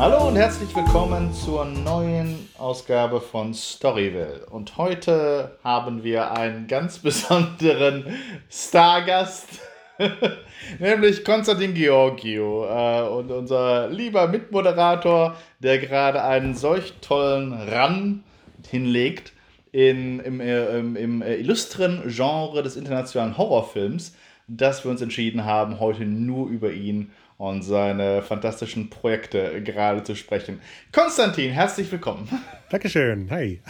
Hallo und herzlich willkommen zur neuen Ausgabe von Storyville. Und heute haben wir einen ganz besonderen Stargast, nämlich Konstantin Georgiou, und unser lieber Mitmoderator, der gerade einen solch tollen Run hinlegt im illustren Genre des internationalen Horrorfilms, dass wir uns entschieden haben, heute nur über ihn und seine fantastischen Projekte gerade zu sprechen. Konstantin, herzlich willkommen. Dankeschön, hi.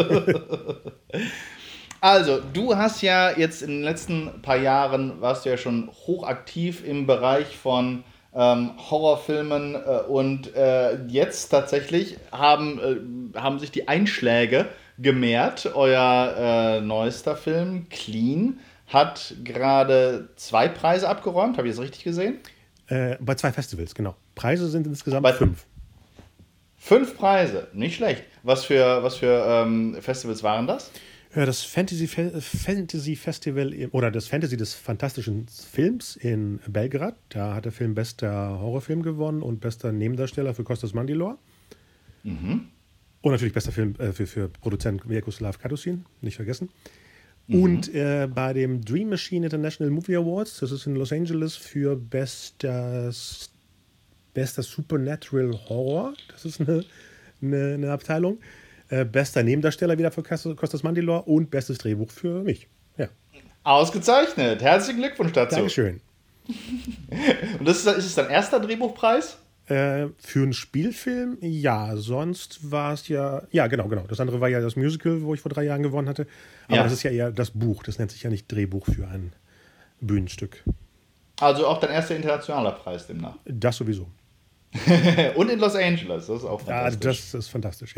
Also, du hast ja jetzt in den letzten paar Jahren, warst du ja schon hochaktiv im Bereich von Horrorfilmen und jetzt tatsächlich haben sich die Einschläge gemehrt. Euer neuester Film, Clean, hat gerade 2 Preise abgeräumt. Habe ich das richtig gesehen? Bei 2 Festivals, genau. Preise sind insgesamt 5. 5 Preise, nicht schlecht. Was für Festivals waren das? Ja, das Fantasy Festival oder das Fantasy des fantastischen Films in Belgrad. Da hat der Film bester Horrorfilm gewonnen und bester Nebendarsteller für Kostas Mandylor. Mhm. Und natürlich bester Film für Produzent Vyacheslav Kadusin, nicht vergessen. Mhm. Und bei dem Dream Machine International Movie Awards, das ist in Los Angeles, für bester Supernatural Horror, das ist eine Abteilung, bester Nebendarsteller wieder für Kostas Mandylor und bestes Drehbuch für mich. Ja. Ausgezeichnet. Herzlichen Glückwunsch dazu. Dankeschön. Und ist es dein erster Drehbuchpreis? Für einen Spielfilm, ja. Sonst war es ja genau. Das andere war ja das Musical, wo ich vor 3 Jahren gewonnen hatte. Aber das ist ja eher das Buch. Das nennt sich ja nicht Drehbuch für ein Bühnenstück. Also auch dein erster internationaler Preis demnach? Das sowieso. Und in Los Angeles, das ist auch fantastisch. Ja, das ist fantastisch, ja.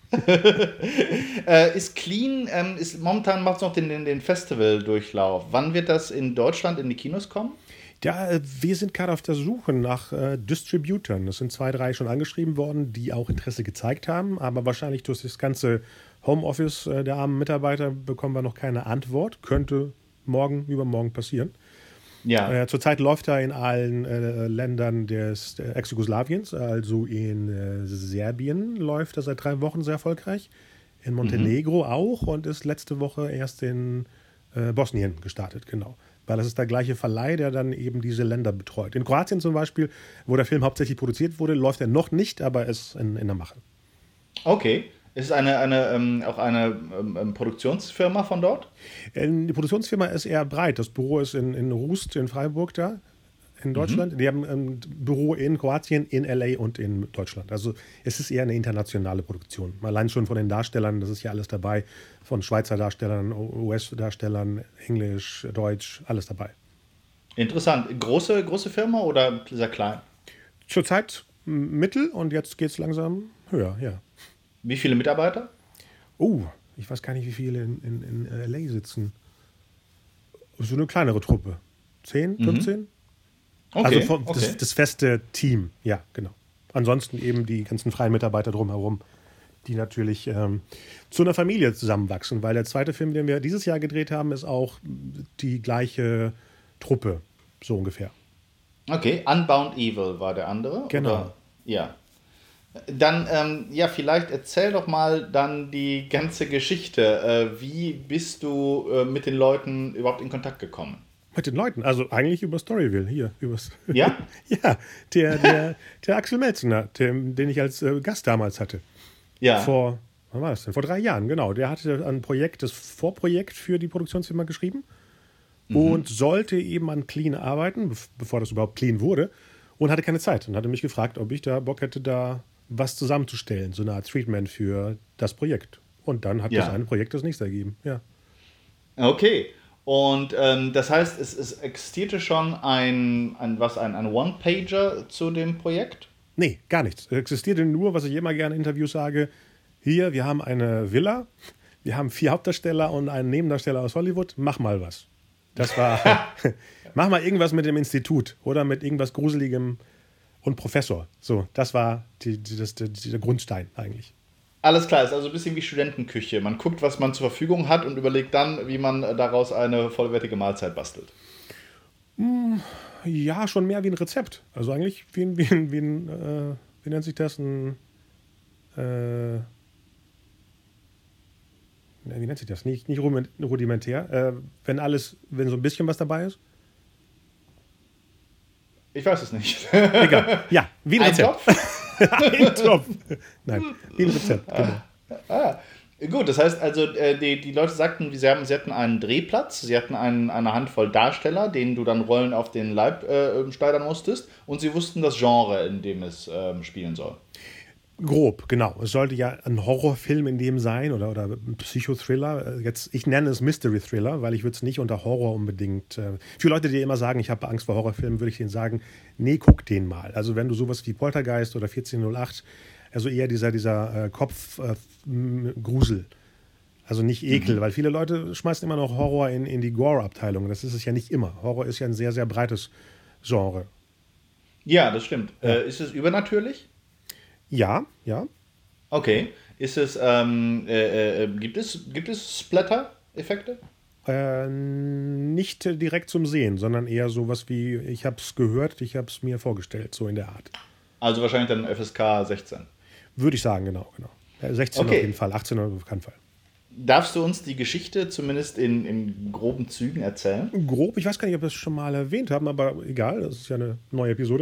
Ist Clean, momentan macht es noch den Festival-Durchlauf. Wann wird das in Deutschland in die Kinos kommen? Ja, wir sind gerade auf der Suche nach Distributern. Es sind 2, 3 schon angeschrieben worden, die auch Interesse gezeigt haben. Aber wahrscheinlich durch das ganze Homeoffice der armen Mitarbeiter bekommen wir noch keine Antwort. Könnte übermorgen passieren. Ja. Zurzeit läuft er in allen Ländern des Ex-Jugoslawiens, also in Serbien läuft er seit 3 Wochen sehr erfolgreich, in Montenegro auch und ist letzte Woche erst in Bosnien gestartet, genau. Weil das ist der gleiche Verleih, der dann eben diese Länder betreut. In Kroatien zum Beispiel, wo der Film hauptsächlich produziert wurde, läuft er noch nicht, aber ist in der Mache. Okay. Ist es auch eine Produktionsfirma von dort? Die Produktionsfirma ist eher breit. Das Büro ist in Rust, in Freiburg da, in Deutschland. Die haben ein Büro in Kroatien, in L.A. und in Deutschland. Also es ist eher eine internationale Produktion. Allein schon von den Darstellern, das ist ja alles dabei. Von Schweizer Darstellern, US-Darstellern, Englisch, Deutsch, alles dabei. Interessant. Große Firma oder sehr klein? Zurzeit mittel und jetzt geht es langsam höher, ja. Wie viele Mitarbeiter? Oh, ich weiß gar nicht, wie viele in L.A. sitzen. So eine kleinere Truppe. 10, 15? Okay, also das feste Team, ja, genau. Ansonsten eben die ganzen freien Mitarbeiter drumherum, die natürlich zu einer Familie zusammenwachsen, weil der zweite Film, den wir dieses Jahr gedreht haben, ist auch die gleiche Truppe, so ungefähr. Okay, Unbound Evil war der andere? Genau. Oder? Ja. Dann, vielleicht erzähl doch mal dann die ganze Geschichte. Wie bist du mit den Leuten überhaupt in Kontakt gekommen? Mit den Leuten? Also eigentlich über Storyville, hier. Ja? Ja, der Axel Melzner, den ich als Gast damals hatte. Ja. Wann war das denn? Vor 3 Jahren, genau. Der hatte ein Projekt, das Vorprojekt für die Produktionsfirma geschrieben und sollte eben an Clean arbeiten, bevor das überhaupt Clean wurde, und hatte keine Zeit und hatte mich gefragt, ob ich da Bock hätte, da was zusammenzustellen, so eine Art Treatment für das Projekt. Und dann hat das eine Projekt das nächste ergeben, ja. Okay. Und das heißt, es existierte schon ein One-Pager zu dem Projekt? Nee, gar nichts. Es existierte nur, was ich immer gerne in Interviews sage, hier, wir haben eine Villa, wir haben 4 Hauptdarsteller und einen Nebendarsteller aus Hollywood, mach mal was. Das war, mach mal irgendwas mit dem Institut oder mit irgendwas Gruseligem und Professor. So, das war der Grundstein eigentlich. Alles klar, ist also ein bisschen wie Studentenküche. Man guckt, was man zur Verfügung hat und überlegt dann, wie man daraus eine vollwertige Mahlzeit bastelt. Ja, schon mehr wie ein Rezept. Also eigentlich wie ein wie nennt sich das? Wie nennt sich das? Nicht rudimentär. Wenn so ein bisschen was dabei ist. Ich weiß es nicht. Egal. Ja, wie ein Ein Rezept. Topf? Ein Topf. Nein, wie ein Rezept, genau. Gut, das heißt also, die Leute sagten, sie hatten einen Drehplatz, sie hatten eine Handvoll Darsteller, denen du dann Rollen auf den Leib schneidern musstest, und sie wussten das Genre, in dem es spielen soll. Grob, genau. Es sollte ja ein Horrorfilm in dem sein oder ein Psychothriller. Jetzt, ich nenne es Mystery Thriller, weil ich würde es nicht unter Horror unbedingt. Für Leute, die immer sagen, ich habe Angst vor Horrorfilmen, würde ich denen sagen, nee, guck den mal. Also wenn du sowas wie Poltergeist oder 1408, also eher dieser Kopfgrusel. Also nicht Ekel, weil viele Leute schmeißen immer noch Horror in die Gore-Abteilung. Das ist es ja nicht immer. Horror ist ja ein sehr, sehr breites Genre. Ja, das stimmt. Ja. Ist es übernatürlich? Ja, ja. Okay. Ist es, gibt es Splatter-Effekte? Nicht direkt zum Sehen, sondern eher sowas wie, ich habe es gehört, ich habe es mir vorgestellt, so in der Art. Also wahrscheinlich dann FSK 16. Würde ich sagen, genau. 16 Okay. auf jeden Fall, 18 auf keinen Fall. Darfst du uns die Geschichte zumindest in groben Zügen erzählen? Grob, ich weiß gar nicht, ob wir es schon mal erwähnt haben, aber egal, das ist ja eine neue Episode.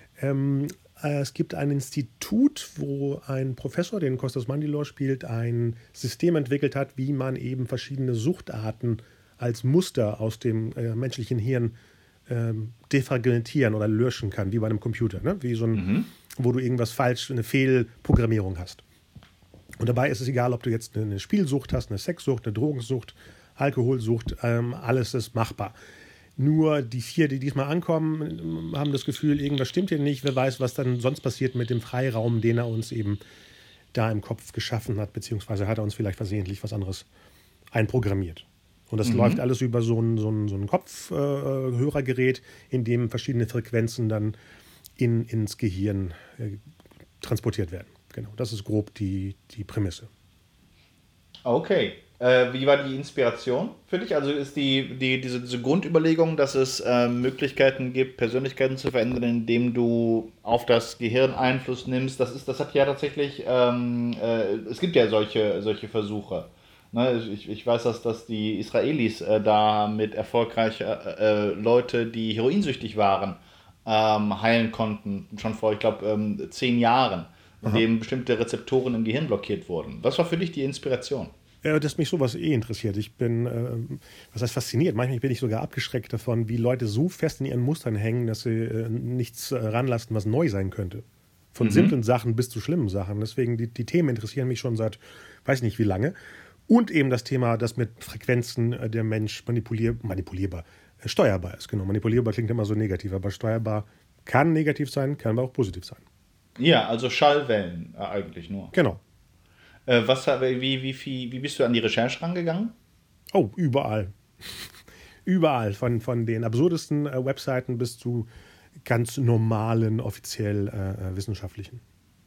Es gibt ein Institut, wo ein Professor, den Kostas Mandylor spielt, ein System entwickelt hat, wie man eben verschiedene Suchtarten als Muster aus dem menschlichen Hirn defragmentieren oder löschen kann, wie bei einem Computer, ne? Wie so ein, wo du irgendwas falsch, eine Fehlprogrammierung hast. Und dabei ist es egal, ob du jetzt eine Spielsucht hast, eine Sexsucht, eine Drogensucht, Alkoholsucht, alles ist machbar. Nur die 4, die diesmal ankommen, haben das Gefühl, irgendwas stimmt hier nicht. Wer weiß, was dann sonst passiert mit dem Freiraum, den er uns eben da im Kopf geschaffen hat, beziehungsweise hat er uns vielleicht versehentlich was anderes einprogrammiert. Und das läuft alles über so ein Kopfhörergerät, in dem verschiedene Frequenzen dann ins Gehirn transportiert werden. Genau, das ist grob die Prämisse. Okay. Wie war die Inspiration für dich? Also ist diese Grundüberlegung, dass es Möglichkeiten gibt, Persönlichkeiten zu verändern, indem du auf das Gehirn Einfluss nimmst, das hat ja tatsächlich, es gibt ja solche Versuche. Ne? Ich weiß, dass die Israelis damit erfolgreich Leute, die heroinsüchtig waren, heilen konnten, schon vor, ich glaube, 10 Jahren, indem bestimmte Rezeptoren im Gehirn blockiert wurden. Was war für dich die Inspiration? Dass mich sowas interessiert. Ich bin, was heißt fasziniert? Manchmal bin ich sogar abgeschreckt davon, wie Leute so fest in ihren Mustern hängen, dass sie nichts ranlassen, was neu sein könnte. Von simplen Sachen bis zu schlimmen Sachen. Deswegen, die Themen interessieren mich schon seit, weiß nicht wie lange. Und eben das Thema, dass mit Frequenzen der Mensch steuerbar ist. Genau, manipulierbar klingt immer so negativ, aber steuerbar kann negativ sein, kann aber auch positiv sein. Ja, also Schallwellen eigentlich nur. Genau. Wie bist du an die Recherche rangegangen? Oh, überall. Überall. Von den absurdesten Webseiten bis zu ganz normalen, offiziell wissenschaftlichen.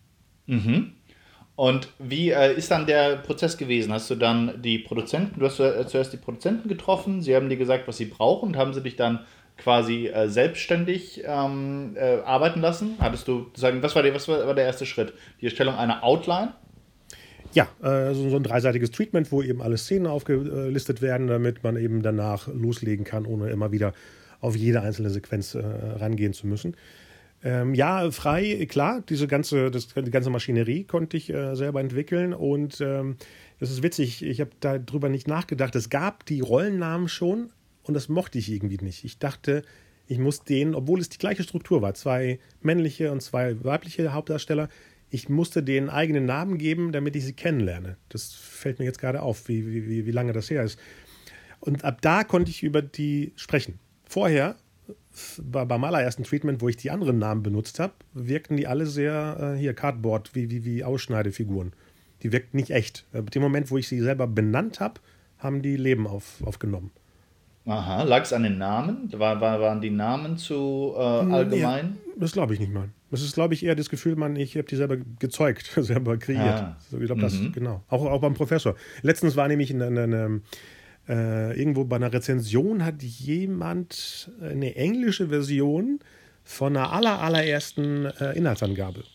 Und wie ist dann der Prozess gewesen? Hast du dann du hast zuerst die Produzenten getroffen, sie haben dir gesagt, was sie brauchen, und haben sie dich dann quasi selbstständig arbeiten lassen? Hattest du sagen, was war der erste Schritt? Die Erstellung einer Outline? Ja, so ein dreiseitiges Treatment, wo eben alle Szenen aufgelistet werden, damit man eben danach loslegen kann, ohne immer wieder auf jede einzelne Sequenz rangehen zu müssen. Ja, frei, klar, die ganze Maschinerie konnte ich selber entwickeln, und das ist witzig, ich habe darüber nicht nachgedacht. Es gab die Rollennamen schon, und das mochte ich irgendwie nicht. Ich dachte, ich muss denen, obwohl es die gleiche Struktur war, 2 männliche und 2 weibliche Hauptdarsteller, ich musste denen eigenen Namen geben, damit ich sie kennenlerne. Das fällt mir jetzt gerade auf, wie lange das her ist. Und ab da konnte ich über die sprechen. Vorher, beim allerersten Treatment, wo ich die anderen Namen benutzt habe, wirkten die alle sehr, Cardboard, wie Ausschneidefiguren. Die wirkten nicht echt. Ab dem Moment, wo ich sie selber benannt habe, haben die Leben aufgenommen. Aha, lag es an den Namen? Waren die Namen zu allgemein? Ja, das glaube ich nicht mal. Das ist, glaube ich, eher das Gefühl, ich habe die selber gezeugt, selber kreiert. Ah. Ich glaube, das, genau. Auch beim Professor. Letztens war nämlich irgendwo bei einer Rezension, hat jemand eine englische Version von einer allerersten Inhaltsangabe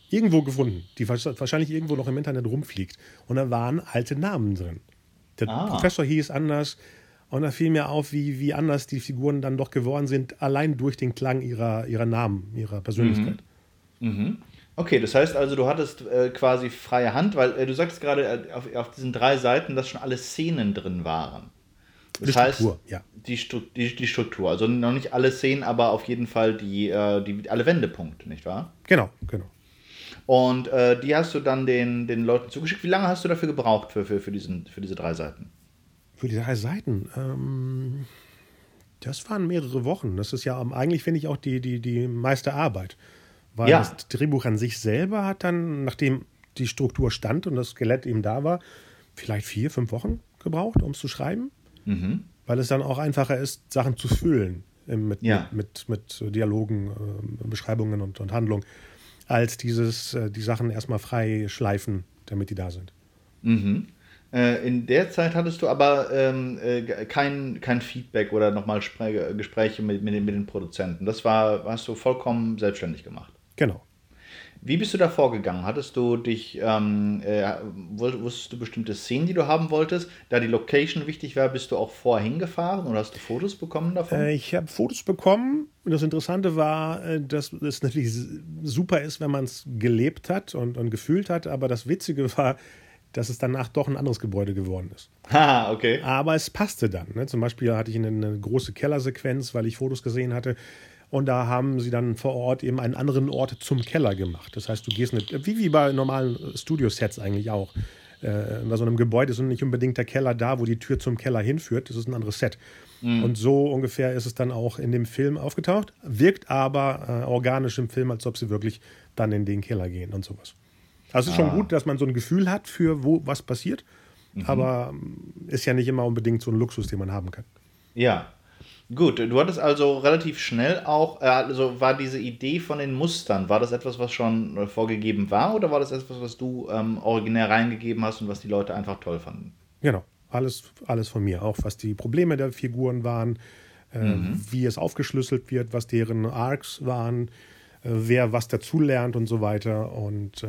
irgendwo gefunden, die wahrscheinlich irgendwo noch im Internet rumfliegt. Und da waren alte Namen drin. Der Professor hieß anders. Und da fiel mir auf, wie anders die Figuren dann doch geworden sind, allein durch den Klang ihrer Namen, ihrer Persönlichkeit. Okay, das heißt also, du hattest quasi freie Hand, weil du sagst gerade auf diesen 3 Seiten, dass schon alle Szenen drin waren. Das heißt, die Struktur. Also noch nicht alle Szenen, aber auf jeden Fall alle Wendepunkte, nicht wahr? Genau. Und die hast du dann den Leuten zugeschickt. Wie lange hast du dafür gebraucht für diese 3 Seiten? Für die 3 Seiten? Das waren mehrere Wochen. Das ist ja eigentlich, finde ich, auch die meiste Arbeit. Weil das Drehbuch an sich selber hat dann, nachdem die Struktur stand und das Skelett eben da war, vielleicht 4, 5 Wochen gebraucht, um es zu schreiben. Weil es dann auch einfacher ist, Sachen zu füllen mit Dialogen, Beschreibungen und Handlung, als die Sachen erstmal frei schleifen, damit die da sind. In der Zeit hattest du aber kein Feedback oder nochmal Gespräche mit den Produzenten. Hast du vollkommen selbstständig gemacht. Genau. Wie bist du da vorgegangen? Hattest du wusstest du bestimmte Szenen, die du haben wolltest? Da die Location wichtig war, bist du auch vorher hingefahren oder hast du Fotos bekommen davon? Ich habe Fotos bekommen und das Interessante war, dass es natürlich super ist, wenn man es gelebt hat und gefühlt hat, aber das Witzige war, dass es danach doch ein anderes Gebäude geworden ist. Okay. Aber es passte dann. Ne? Zum Beispiel hatte ich eine große Kellersequenz, weil ich Fotos gesehen hatte. Und da haben sie dann vor Ort eben einen anderen Ort zum Keller gemacht. Das heißt, du gehst wie bei normalen Studiosets eigentlich auch. Bei so einem Gebäude ist nicht unbedingt der Keller da, wo die Tür zum Keller hinführt. Das ist ein anderes Set. Und so ungefähr ist es dann auch in dem Film aufgetaucht. Wirkt aber organisch im Film, als ob sie wirklich dann in den Keller gehen und sowas. Also es ist schon gut, dass man so ein Gefühl hat, für was passiert. Aber ist ja nicht immer unbedingt so ein Luxus, den man haben kann. Ja. Gut, du hattest also relativ schnell auch, also war diese Idee von den Mustern, war das etwas, was schon vorgegeben war oder war das etwas, was du originär reingegeben hast und was die Leute einfach toll fanden? Genau, alles von mir, auch was die Probleme der Figuren waren, wie es aufgeschlüsselt wird, was deren Arcs waren, wer was dazulernt und so weiter. Und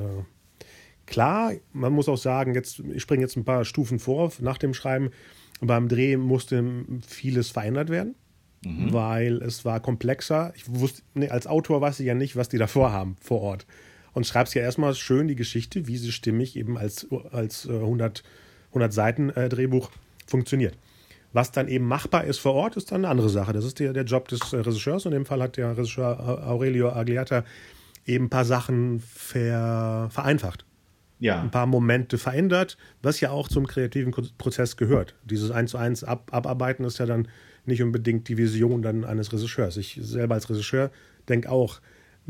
klar, man muss auch sagen, ich springe jetzt ein paar Stufen vor nach dem Schreiben, beim Dreh musste vieles verändert werden. Weil es war komplexer. Als Autor weiß ich ja nicht, was die da vorhaben vor Ort. Und schreibst ja erstmal schön die Geschichte, wie sie stimmig eben als 100 Seiten Drehbuch funktioniert. Was dann eben machbar ist vor Ort, ist dann eine andere Sache. Das ist der Job des Regisseurs. In dem Fall hat der Regisseur Aurelio Agliata eben ein paar Sachen vereinfacht. Ja. Ein paar Momente verändert, was ja auch zum kreativen Prozess gehört. Dieses 1:1 Abarbeiten ist ja dann nicht unbedingt die Vision dann eines Regisseurs. Ich selber als Regisseur denke auch,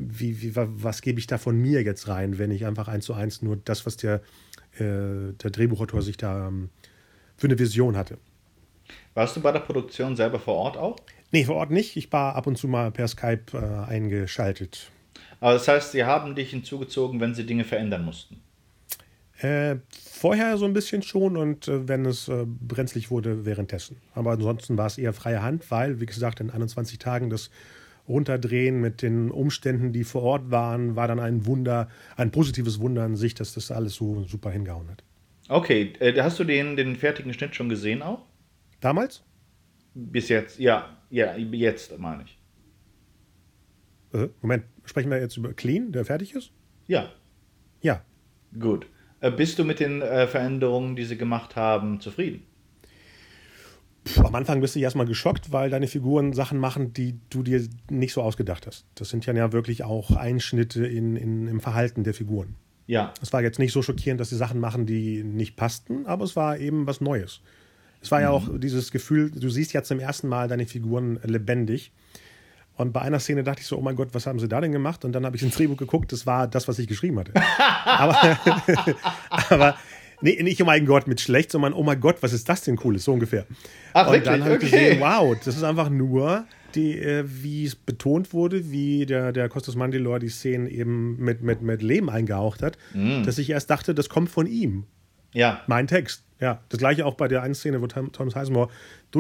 was gebe ich da von mir jetzt rein, wenn ich einfach 1:1 nur das, was der Drehbuchautor sich da für eine Vision hatte. Warst du bei der Produktion selber vor Ort auch? Nee, vor Ort nicht. Ich war ab und zu mal per Skype eingeschaltet. Aber das heißt, sie haben dich hinzugezogen, wenn sie Dinge verändern mussten? Vorher so ein bisschen schon und wenn es brenzlig wurde, währenddessen. Aber ansonsten war es eher freie Hand, weil, wie gesagt, in 21 Tagen das Runterdrehen mit den Umständen, die vor Ort waren, war dann ein positives Wunder an sich, dass das alles so super hingehauen hat. Okay, hast du den fertigen Schnitt schon gesehen auch? Damals? Bis jetzt, ja, jetzt meine ich. Moment, sprechen wir jetzt über Clean, der fertig ist? Ja. Ja. Gut. Bist du mit den Veränderungen, die sie gemacht haben, zufrieden? Am Anfang bist du erstmal geschockt, weil deine Figuren Sachen machen, die du dir nicht so ausgedacht hast. Das sind ja wirklich auch Einschnitte im Verhalten der Figuren. Ja. Es war jetzt nicht so schockierend, dass sie Sachen machen, die nicht passten, aber es war eben was Neues. Es war ja auch dieses Gefühl, du siehst ja zum ersten Mal deine Figuren lebendig. Und bei einer Szene dachte ich so, oh mein Gott, was haben sie da denn gemacht? Und dann habe ich ins Drehbuch geguckt, das war das, was ich geschrieben hatte. aber nee, nicht oh mein Gott mit schlecht, sondern oh mein Gott, was ist das denn Cooles, so ungefähr. Ach, und wirklich? Dann habe ich Okay. gesehen, wow, das ist einfach nur, wie es betont wurde, wie der Kostas Mandylor die Szenen eben mit Leben eingehaucht hat, dass ich erst dachte, das kommt von ihm. Ja. Mein Text. Ja, das gleiche auch bei der einen Szene, wo Tom Sizemore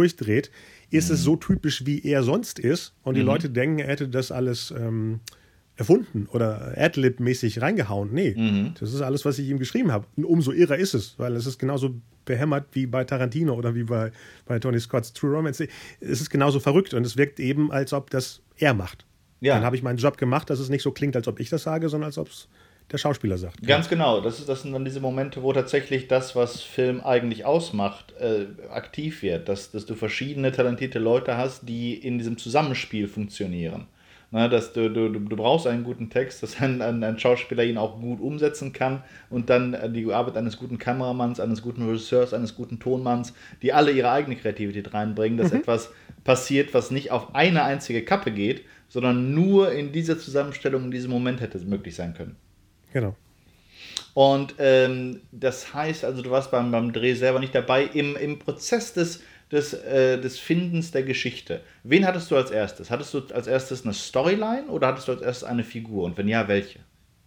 durchdreht, ist es so typisch, wie er sonst ist und die Leute denken, er hätte das alles erfunden oder Adlib-mäßig reingehauen. Nee, das ist alles, was ich ihm geschrieben habe. Und umso irrer ist es, weil es ist genauso behämmert wie bei Tarantino oder wie bei Tony Scott's True Romance. Es ist genauso verrückt und es wirkt eben, als ob das er macht. Ja. Dann habe ich meinen Job gemacht, dass es nicht so klingt, als ob ich das sage, sondern als ob es der Schauspieler sagt. Ganz genau. Das sind dann diese Momente, wo tatsächlich das, was Film eigentlich ausmacht, aktiv wird. Dass du verschiedene talentierte Leute hast, die in diesem Zusammenspiel funktionieren. Na, dass du brauchst einen guten Text, dass ein Schauspieler ihn auch gut umsetzen kann und dann die Arbeit eines guten Kameramanns, eines guten Regisseurs, eines guten Tonmanns, die alle ihre eigene Kreativität reinbringen, dass etwas passiert, was nicht auf eine einzige Kappe geht, sondern nur in dieser Zusammenstellung, in diesem Moment hätte es möglich sein können. Genau. Und das heißt, also du warst beim Dreh selber nicht dabei, im Prozess des Findens der Geschichte. Wen hattest du als erstes? Hattest du als erstes eine Storyline oder hattest du als erstes eine Figur? Und wenn ja, welche?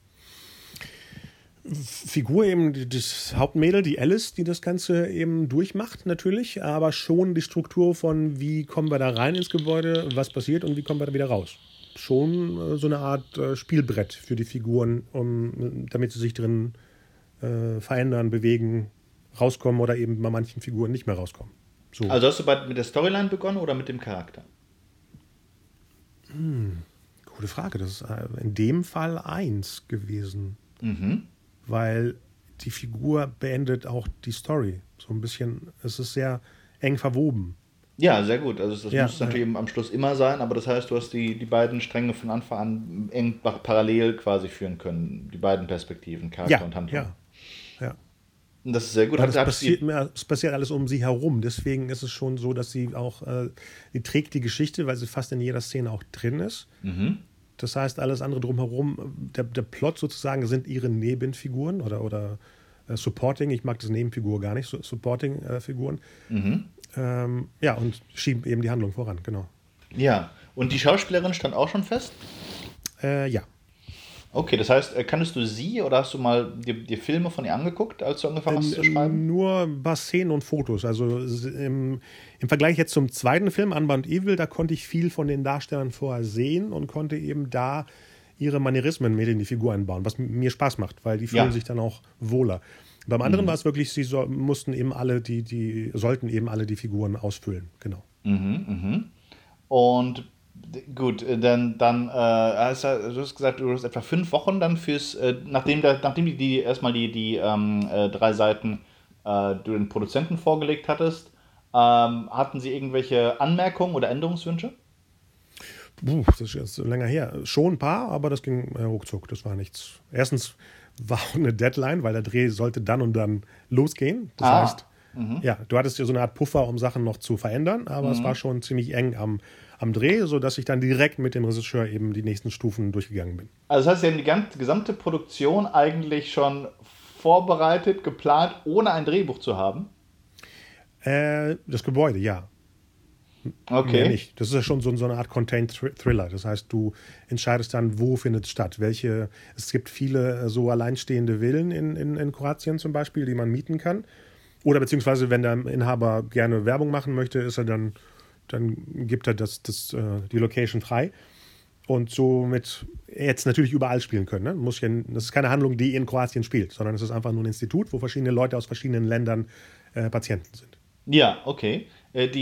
Figur eben das Hauptmädel, die Alice, die das Ganze eben durchmacht natürlich, aber schon die Struktur von wie kommen wir da rein ins Gebäude, was passiert und wie kommen wir da wieder raus. Schon so eine Art Spielbrett für die Figuren, damit sie sich drin verändern, bewegen, rauskommen oder eben bei manchen Figuren nicht mehr rauskommen. So. Also hast du mit der Storyline begonnen oder mit dem Charakter? Gute Frage. Das ist in dem Fall 1 gewesen. Weil die Figur beendet auch die Story. So ein bisschen, es ist sehr eng verwoben. Ja, sehr gut. Also das muss natürlich am Schluss immer sein, aber das heißt, du hast die beiden Stränge von Anfang an eng parallel quasi führen können. Die beiden Perspektiven, Charakter und Handlung. Ja. Und das ist sehr gut. Es passiert alles um sie herum. Deswegen ist es schon so, dass sie auch, die trägt die Geschichte, weil sie fast in jeder Szene auch drin ist. Das heißt, alles andere drumherum, der Plot sozusagen sind ihre Nebenfiguren oder Supporting, ich mag das Nebenfigur gar nicht, Supporting-Figuren. Und schieben eben die Handlung voran, genau. Ja, und die Schauspielerin stand auch schon fest? Ja. Okay, das heißt, kanntest du sie oder hast du mal dir Filme von ihr angeguckt, als du angefangen hast zu schreiben? Nur ein paar Szenen und Fotos. Also im Vergleich jetzt zum zweiten Film, Unbound Evil, da konnte ich viel von den Darstellern vorher sehen und konnte eben da ihre Manierismen mit in die Figur einbauen, was mir Spaß macht, weil die fühlen sich dann auch wohler. Beim anderen war es wirklich, sie sollten eben alle die Figuren ausfüllen, genau. Und gut, dann du hast gesagt, du hast etwa 5 Wochen dann nachdem die erstmal die 3 Seiten du den Produzenten vorgelegt hattest, hatten sie irgendwelche Anmerkungen oder Änderungswünsche? Das ist jetzt länger her. Schon ein paar, aber das ging ruckzuck, das war nichts. Erstens war auch eine Deadline, weil der Dreh sollte dann und dann losgehen. Das heißt, du hattest ja so eine Art Puffer, um Sachen noch zu verändern, aber es war schon ziemlich eng am Dreh, sodass ich dann direkt mit dem Regisseur eben die nächsten Stufen durchgegangen bin. Also das heißt, Sie haben die gesamte Produktion eigentlich schon vorbereitet, geplant, ohne ein Drehbuch zu haben? Das Gebäude, ja. Okay. Mehr nicht. Das ist ja schon so eine Art Contained Thriller. Das heißt, du entscheidest dann, wo findet es statt. Es gibt viele so alleinstehende Villen in Kroatien zum Beispiel, die man mieten kann. Oder beziehungsweise, wenn der Inhaber gerne Werbung machen möchte, ist er dann gibt er die Location frei. Und somit jetzt natürlich überall spielen können. Ne? Das ist keine Handlung, die in Kroatien spielt, sondern es ist einfach nur ein Institut, wo verschiedene Leute aus verschiedenen Ländern Patienten sind. Ja, okay. Ist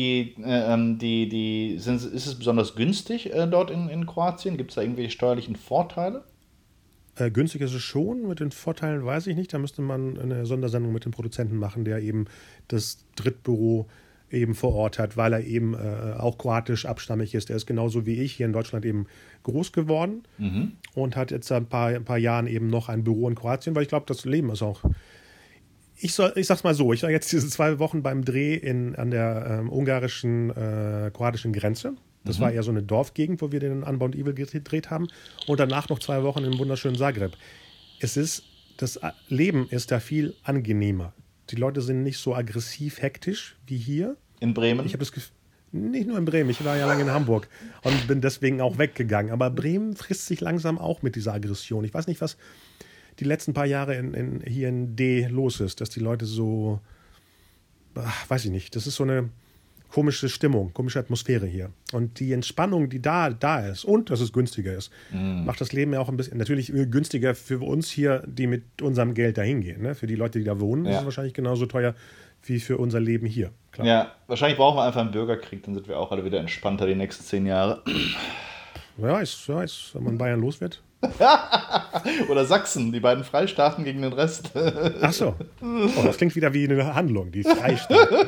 es besonders günstig dort in Kroatien? Gibt es da irgendwelche steuerlichen Vorteile? Günstig ist es schon, mit den Vorteilen weiß ich nicht. Da müsste man eine Sondersendung mit dem Produzenten machen, der eben das Drittbüro eben vor Ort hat, weil er eben auch kroatisch abstammig ist. Er ist genauso wie ich hier in Deutschland eben groß geworden und hat jetzt seit ein paar Jahren eben noch ein Büro in Kroatien, weil ich glaube, das Leben ist auch... Ich sag's mal so, ich war jetzt diese 2 Wochen beim Dreh an der ungarischen-kroatischen Grenze. Das war eher so eine Dorfgegend, wo wir den Unbound Evil gedreht haben. Und danach noch 2 Wochen im wunderschönen Zagreb. Das Leben ist da viel angenehmer. Die Leute sind nicht so aggressiv, hektisch wie hier. In Bremen? Ich habe das Gefühl, nicht nur in Bremen, ich war ja lange in Hamburg und bin deswegen auch weggegangen. Aber Bremen frisst sich langsam auch mit dieser Aggression. Ich weiß nicht, was die letzten paar Jahre hier in D los ist, dass die Leute so, weiß ich nicht, das ist so eine komische Stimmung, komische Atmosphäre hier. Und die Entspannung, die da ist und dass es günstiger ist, macht das Leben ja auch ein bisschen, natürlich günstiger für uns hier, die mit unserem Geld dahin gehen. Ne? Für die Leute, die da wohnen, ist es wahrscheinlich genauso teuer wie für unser Leben hier. Klar. Ja, wahrscheinlich brauchen wir einfach einen Bürgerkrieg, dann sind wir auch alle wieder entspannter die nächsten 10 Jahre. Wer weiß, wenn man Bayern los wird. Oder Sachsen, die beiden Freistaaten gegen den Rest. Ach so. Oh, das klingt wieder wie eine Handlung, die Freistaaten.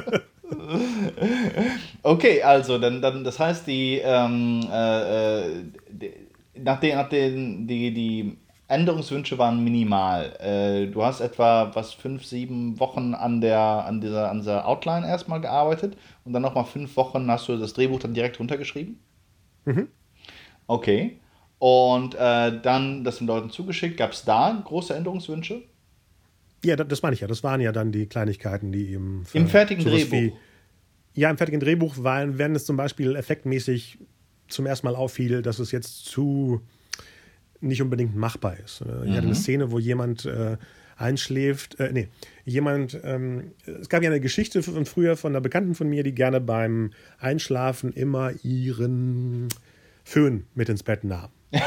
Okay, also, dann das heißt, die Änderungswünsche waren minimal. Du hast etwa 5-7 Wochen an dieser Outline erstmal gearbeitet und dann nochmal 5 Wochen hast du das Drehbuch dann direkt runtergeschrieben? Mhm. Okay. Und dann das den Leuten zugeschickt. Gab es da große Änderungswünsche? Ja, das meine ich ja. Das waren ja dann die Kleinigkeiten, die eben... Im fertigen Drehbuch? Im fertigen Drehbuch, wenn es zum Beispiel effektmäßig zum ersten Mal auffiel, dass es jetzt zu nicht unbedingt machbar ist. Ich hatte eine Szene, wo jemand einschläft. Es gab ja eine Geschichte von früher von einer Bekannten von mir, die gerne beim Einschlafen immer ihren Föhn mit ins Bett nahm.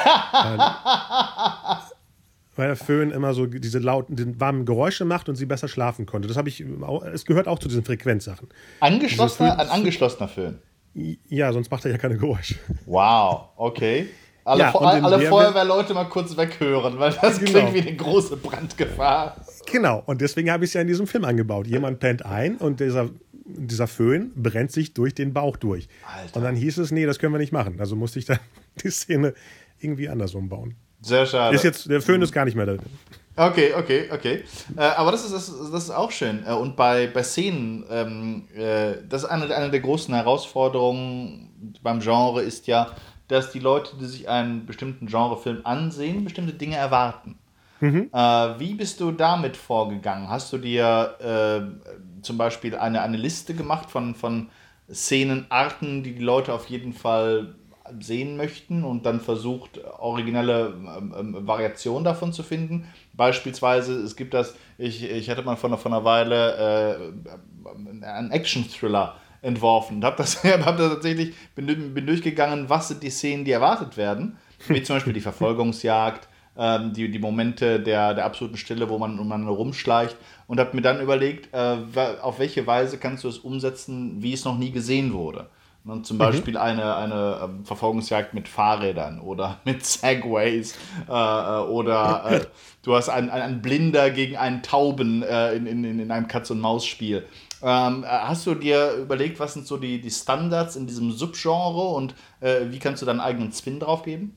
Weil der Föhn immer so diese lauten, warmen Geräusche macht und sie besser schlafen konnte. Es gehört auch zu diesen Frequenzsachen. Ein angeschlossener Föhn? Ja, sonst macht er ja keine Geräusche. Wow, okay. Alle Feuerwehrleute mal kurz weghören, weil das klingt wie eine große Brandgefahr. Genau, und deswegen habe ich es ja in diesem Film angebaut. Jemand pennt ein und dieser Föhn brennt sich durch den Bauch durch. Alter. Und dann hieß es, nee, das können wir nicht machen. Also musste ich dann die Szene irgendwie anders umbauen. Sehr schade. Der Föhn ist gar nicht mehr da drin. Okay. Aber das ist auch schön. Und bei Szenen, das ist eine der großen Herausforderungen beim Genre ist ja, dass die Leute, die sich einen bestimmten Genrefilm ansehen, bestimmte Dinge erwarten. Wie bist du damit vorgegangen? Hast du dir zum Beispiel eine Liste gemacht von Szenenarten, die Leute auf jeden Fall sehen möchten und dann versucht, originelle Variationen davon zu finden? Beispielsweise, es gibt ich hatte mal vor einer Weile einen Action-Thriller entworfen und bin durchgegangen, was sind die Szenen, die erwartet werden, wie zum Beispiel die Verfolgungsjagd, die Momente der absoluten Stille, wo man rumschleicht, und habe mir dann überlegt, auf welche Weise kannst du es umsetzen, wie es noch nie gesehen wurde. Und zum Beispiel eine Verfolgungsjagd mit Fahrrädern oder mit Segways oder du hast einen Blinder gegen einen Tauben in einem Katz-und-Maus-Spiel. Hast du dir überlegt, was sind so die Standards in diesem Subgenre und wie kannst du deinen eigenen Spin drauf geben?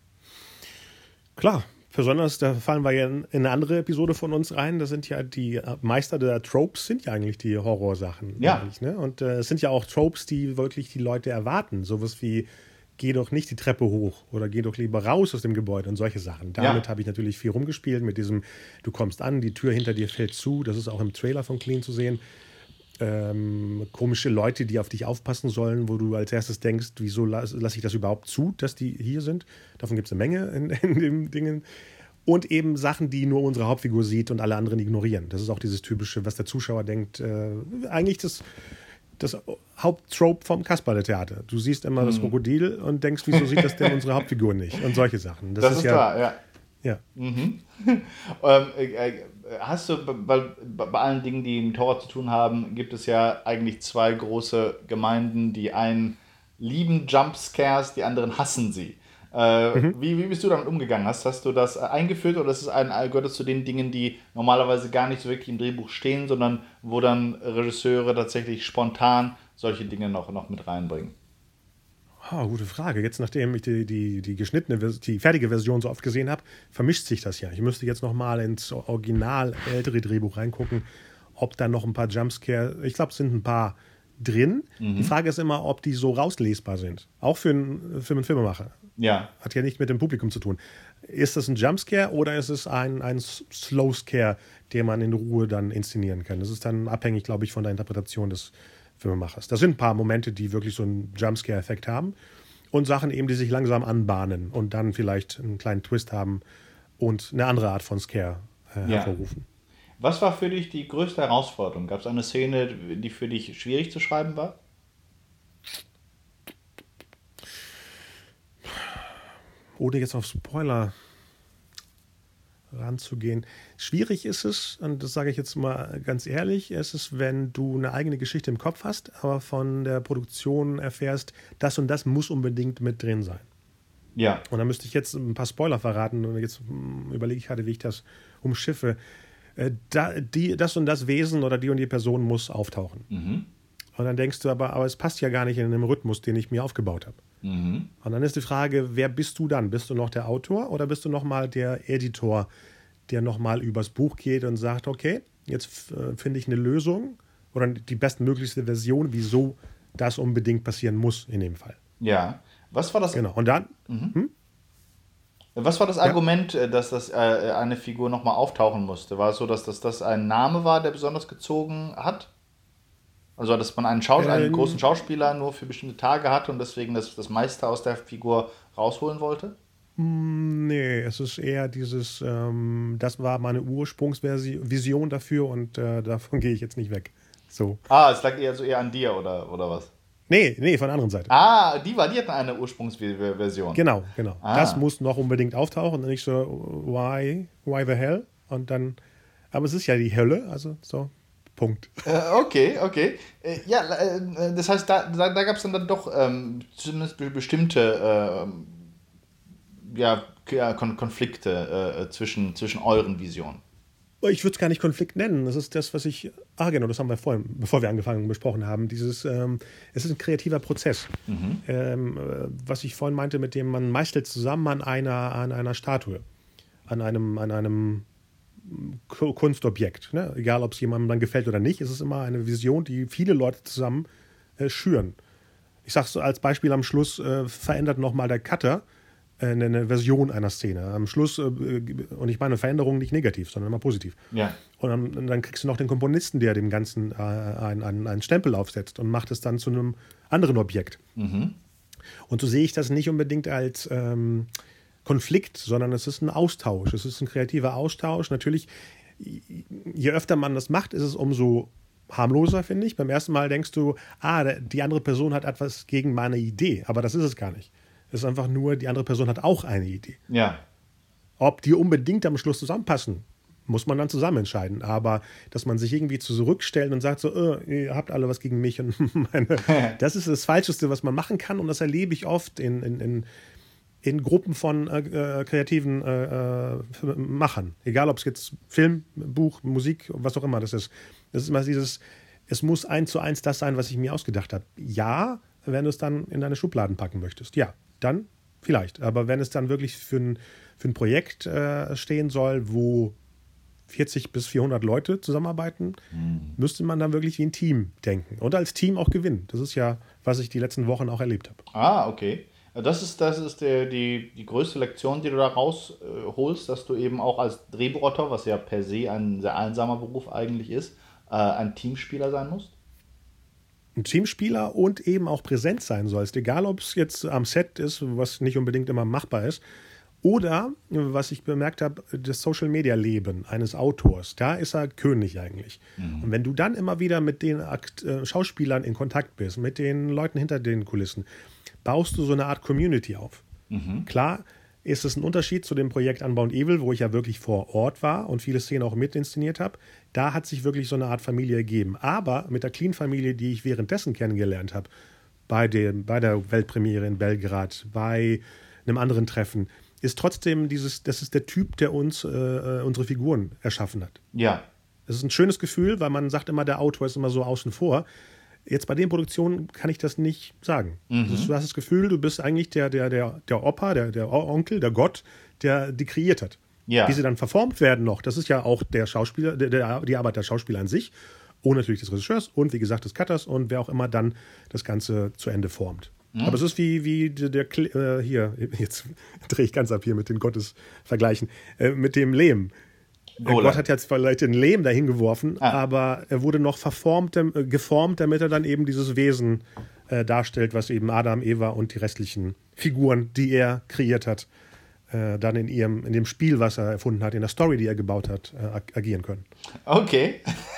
Klar, besonders, da fallen wir ja in eine andere Episode von uns rein, das sind ja die Meister der Tropes, sind ja eigentlich die Horrorsachen. Ja. Ne? Und es sind ja auch Tropes, die wirklich die Leute erwarten. Sowas wie, geh doch nicht die Treppe hoch oder geh doch lieber raus aus dem Gebäude und solche Sachen. Damit habe ich natürlich viel rumgespielt, mit diesem, du kommst an, die Tür hinter dir fällt zu, das ist auch im Trailer von Clean zu sehen. Komische Leute, die auf dich aufpassen sollen, wo du als erstes denkst, wieso lasse ich das überhaupt zu, dass die hier sind? Davon gibt es eine Menge in den Dingen. Und eben Sachen, die nur unsere Hauptfigur sieht und alle anderen ignorieren. Das ist auch dieses typische, was der Zuschauer denkt, eigentlich das Haupttrope vom Kasperle-Theater. Du siehst immer das Krokodil und denkst, wieso sieht das denn unsere Hauptfigur nicht? Und solche Sachen. Das ist klar, ja. Ja. Hast du, bei allen Dingen, die mit Horror zu tun haben, gibt es ja eigentlich 2 große Gemeinden. Die einen lieben Jumpscares, die anderen hassen sie. Wie bist du damit umgegangen? Hast du das eingeführt oder gehört es zu den Dingen, die normalerweise gar nicht so wirklich im Drehbuch stehen, sondern wo dann Regisseure tatsächlich spontan solche Dinge noch mit reinbringen? Gute Frage. Jetzt, nachdem ich die fertige Version so oft gesehen habe, vermischt sich das ja. Ich müsste jetzt nochmal ins original ältere Drehbuch reingucken, ob da noch ein paar Jumpscare, ich glaube, es sind ein paar drin. Die Frage ist immer, ob die so rauslesbar sind. Auch für einen Filmemacher. Ja. Hat ja nicht mit dem Publikum zu tun. Ist das ein Jumpscare oder ist es ein Slowscare, den man in Ruhe dann inszenieren kann? Das ist dann abhängig, glaube ich, von der Interpretation des Filmemachers. Das sind ein paar Momente, die wirklich so einen Jumpscare-Effekt haben und Sachen eben, die sich langsam anbahnen und dann vielleicht einen kleinen Twist haben und eine andere Art von Scare hervorrufen. Was war für dich die größte Herausforderung? Gab es eine Szene, die für dich schwierig zu schreiben war? ohne jetzt auf Spoiler ranzugehen. Schwierig ist es, und das sage ich jetzt mal ganz ehrlich, ist es, wenn du eine eigene Geschichte im Kopf hast, aber von der Produktion erfährst, das und das muss unbedingt mit drin sein. Ja. Und dann müsste ich jetzt ein paar Spoiler verraten und jetzt überlege ich gerade, wie ich das umschiffe. Das und das Wesen oder die und die Person muss auftauchen. Mhm. Und dann denkst du aber es passt ja gar nicht in den Rhythmus, den ich mir aufgebaut habe. Mhm. Und dann ist die Frage, wer bist du dann? Bist du noch der Autor oder bist du noch mal der Editor, der noch mal übers Buch geht und sagt, okay, jetzt finde ich eine Lösung oder die bestmöglichste Version, wieso das unbedingt passieren muss in dem Fall. Ja. Was war das? Genau. Und dann? Was war das Argument, dass das eine Figur nochmal auftauchen musste? War es so, dass das ein Name war, der besonders gezogen hat? Also, dass man einen großen Schauspieler nur für bestimmte Tage hatte und deswegen das meiste aus der Figur rausholen wollte? Nee, es ist eher dieses, das war meine Ursprungsvision dafür und davon gehe ich jetzt nicht weg. So. Es lag eher an dir oder was? Nee, von der anderen Seite. Die hatten eine Ursprungsversion. Genau. Das muss noch unbedingt auftauchen und nicht so, why the hell? Und dann, aber es ist ja die Hölle, also so, Punkt. Okay. Das heißt, da gab es dann doch zumindest bestimmte Konflikte zwischen euren Visionen. Ich würde es gar nicht Konflikt nennen. Das ist das, was ich. Genau, das haben wir vorhin, bevor wir angefangen besprochen haben. Es ist ein kreativer Prozess. Was ich vorhin meinte, mit dem man meistens zusammen an einer Statue, an einem Kunstobjekt, ne? Egal ob es jemandem dann gefällt oder nicht, es ist immer eine Vision, die viele Leute zusammen schüren. Ich sage es als Beispiel am Schluss, verändert nochmal der Cutter eine Version einer Szene. Am Schluss, und ich meine Veränderungen nicht negativ, sondern immer positiv. Ja. Und dann kriegst du noch den Komponisten, der dem Ganzen einen Stempel aufsetzt und macht es dann zu einem anderen Objekt. Und so sehe ich das nicht unbedingt als Konflikt, sondern es ist ein Austausch. Es ist ein kreativer Austausch. Natürlich, je öfter man das macht, ist es umso harmloser, finde ich. Beim ersten Mal denkst du, die andere Person hat etwas gegen meine Idee, aber das ist es gar nicht. Es ist einfach nur, die andere Person hat auch eine Idee. Ja. Ob die unbedingt am Schluss zusammenpassen, muss man dann zusammen entscheiden. Aber dass man sich irgendwie zurückstellt und sagt so, ihr habt alle was gegen mich. Und das ist das Falscheste, was man machen kann. Und das erlebe ich oft in Gruppen von kreativen Machern. Egal, ob es jetzt Film, Buch, Musik, was auch immer das ist. Das ist immer dieses, es muss 1:1 das sein, was ich mir ausgedacht habe. Ja, wenn du es dann in deine Schubladen packen möchtest. Ja, dann vielleicht. Aber wenn es dann wirklich für ein Projekt stehen soll, wo 40 bis 400 Leute zusammenarbeiten, müsste man dann wirklich wie ein Team denken. Und als Team auch gewinnen. Das ist ja, was ich die letzten Wochen auch erlebt habe. Okay. Das ist die größte Lektion, die du da rausholst, dass du eben auch als Drehbuchautor, was ja per se ein sehr einsamer Beruf eigentlich ist, ein Teamspieler sein musst? Ein Teamspieler und eben auch präsent sein sollst. Egal, ob es jetzt am Set ist, was nicht unbedingt immer machbar ist, oder, was ich bemerkt habe, das Social-Media-Leben eines Autors. Da ist er König eigentlich. Und wenn du dann immer wieder mit den Schauspielern in Kontakt bist, mit den Leuten hinter den Kulissen, baust du so eine Art Community auf. Klar ist es ein Unterschied zu dem Projekt Unbound Evil, wo ich ja wirklich vor Ort war und viele Szenen auch mit inszeniert habe. Da hat sich wirklich so eine Art Familie ergeben. Aber mit der Clean-Familie, die ich währenddessen kennengelernt habe, bei der Weltpremiere in Belgrad, bei einem anderen Treffen, ist trotzdem das ist der Typ, der uns unsere Figuren erschaffen hat. Ja. Es ist ein schönes Gefühl, weil man sagt immer, der Autor ist immer so außen vor. Jetzt bei den Produktionen kann ich das nicht sagen. Du hast das Gefühl, du bist eigentlich der Opa, der Onkel, der Gott, der die kreiert hat. Ja. Wie sie dann verformt werden noch, das ist ja auch der Schauspieler, die Arbeit der Schauspieler an sich und natürlich des Regisseurs und wie gesagt des Cutters und wer auch immer dann das Ganze zu Ende formt. Aber es ist wie hier, jetzt drehe ich ganz ab hier mit den Gottesvergleichen, mit dem Lehm. Gott hat jetzt vielleicht den Lehm dahin geworfen, aber er wurde noch geformt, damit er dann eben dieses Wesen darstellt, was eben Adam, Eva und die restlichen Figuren, die er kreiert hat, dann in dem Spiel, was er erfunden hat, in der Story, die er gebaut hat, agieren können. Okay.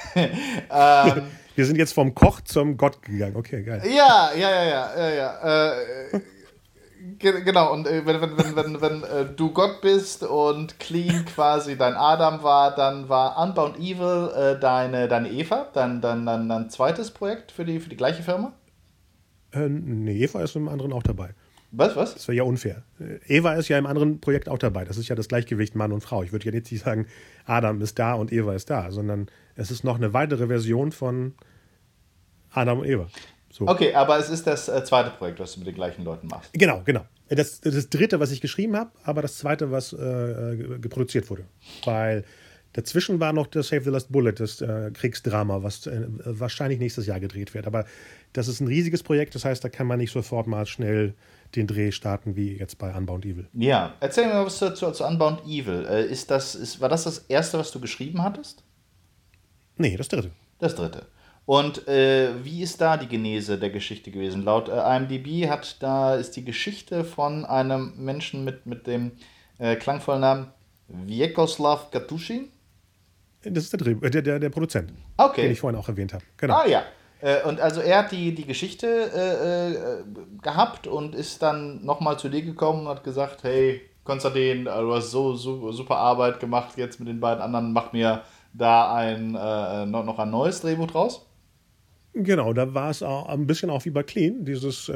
Wir sind jetzt vom Koch zum Gott gegangen. Okay, geil. Ja. Genau, und wenn du Gott bist und Clean quasi dein Adam war, dann war Unbound Evil deine Eva, dein zweites Projekt für die gleiche Firma? Nee, Eva ist im anderen auch dabei. Was? Das wäre ja unfair. Eva ist ja im anderen Projekt auch dabei. Das ist ja das Gleichgewicht Mann und Frau. Ich würde ja jetzt nicht sagen, Adam ist da und Eva ist da, sondern es ist noch eine weitere Version von Adam und Eva. So. Okay, aber es ist das zweite Projekt, was du mit den gleichen Leuten machst. Genau. Das dritte, was ich geschrieben habe, aber das zweite, was geproduziert wurde. Weil dazwischen war noch das Save the Last Bullet, das Kriegsdrama, was wahrscheinlich nächstes Jahr gedreht wird. Aber das ist ein riesiges Projekt, das heißt, da kann man nicht sofort mal schnell den Dreh starten, wie jetzt bei Unbound Evil. Ja, erzähl mir mal was zu Unbound Evil. War das erste, was du geschrieben hattest? Nee, das dritte. Das dritte. Und wie ist da die Genese der Geschichte gewesen? Laut IMDb ist die Geschichte von einem Menschen mit dem klangvollen Namen Vyacheslav Katushin. Das ist der Produzent, Okay. den ich vorhin auch erwähnt habe. Genau. Ah ja. Und also er hat die Geschichte gehabt und ist dann nochmal zu dir gekommen und hat gesagt, hey Konstantin, du hast so super Arbeit gemacht jetzt mit den beiden anderen, mach mir da noch ein neues Drehbuch draus. Genau, da war es auch ein bisschen auch wie bei Clean, dieses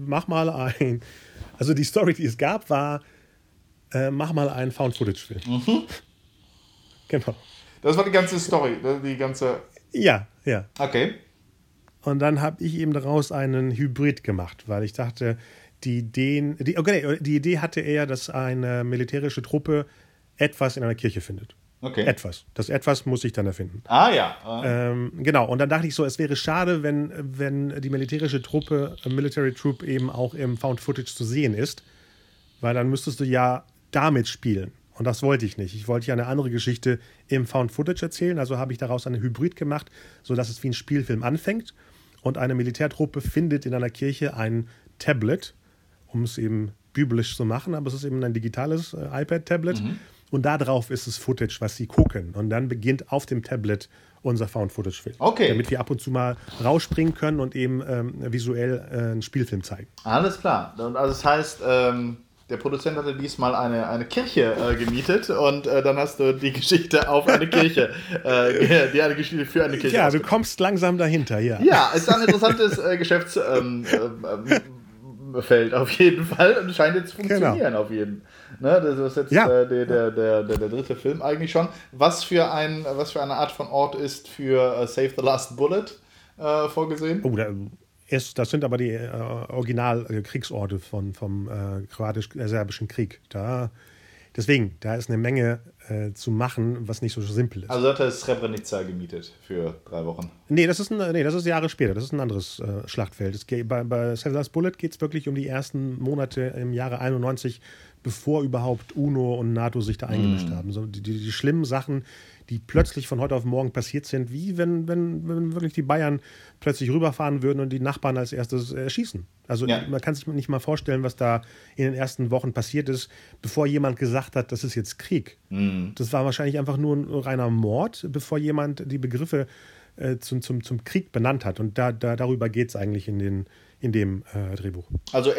also die Story, die es gab, war, mach mal einen Found-Footage-Film. Mhm. Genau. Das war die ganze Story, die ganze... Ja. Okay. Und dann habe ich eben daraus einen Hybrid gemacht, weil ich dachte, die Idee hatte er, dass eine militärische Truppe etwas in einer Kirche findet. Okay. Etwas. Das Etwas muss ich dann erfinden. Ah ja. Genau, und dann dachte ich so, es wäre schade, wenn die militärische Truppe, Military Troop, eben auch im Found Footage zu sehen ist, weil dann müsstest du ja damit spielen. Und das wollte ich nicht. Ich wollte ja eine andere Geschichte im Found Footage erzählen, also habe ich daraus einen Hybrid gemacht, sodass es wie ein Spielfilm anfängt und eine Militärtruppe findet in einer Kirche ein Tablet, um es eben biblisch zu machen, aber es ist eben ein digitales iPad-Tablet. Mhm. Und da drauf ist das Footage, was sie gucken. Und dann beginnt auf dem Tablet unser Found-Footage-Film. Okay. Damit wir ab und zu mal rausspringen können und eben visuell einen Spielfilm zeigen. Alles klar. Also das heißt, der Produzent hatte diesmal eine Kirche gemietet und dann hast du die Geschichte auf eine Kirche, die eine Geschichte für eine Kirche. Ja, du kommst langsam dahinter, ja. Ja, es ist ein interessantes Geschäftsfeld auf jeden Fall und scheint jetzt zu funktionieren auf jeden Fall. Ne, das ist jetzt der dritte Film eigentlich schon. Was für eine Art von Ort ist für Save the Last Bullet vorgesehen? Oh, das sind aber die Original-Kriegsorte vom kroatisch-serbischen Krieg. Deswegen, da ist eine Menge zu machen, was nicht so simpel ist. Also hat er Srebrenica gemietet für 3 Wochen? Nee, das ist Jahre später. Das ist ein anderes Schlachtfeld. Bei Save the Last Bullet geht es wirklich um die ersten Monate im Jahre 91, bevor überhaupt UNO und NATO sich da eingemischt haben. So die schlimmen Sachen, die plötzlich von heute auf morgen passiert sind, wie wenn wirklich die Bayern plötzlich rüberfahren würden und die Nachbarn als erstes erschießen. Also man kann sich nicht mal vorstellen, was da in den ersten Wochen passiert ist, bevor jemand gesagt hat, das ist jetzt Krieg. Das war wahrscheinlich einfach nur ein reiner Mord, bevor jemand die Begriffe zum Krieg benannt hat. Und darüber geht es eigentlich in dem Drehbuch. Also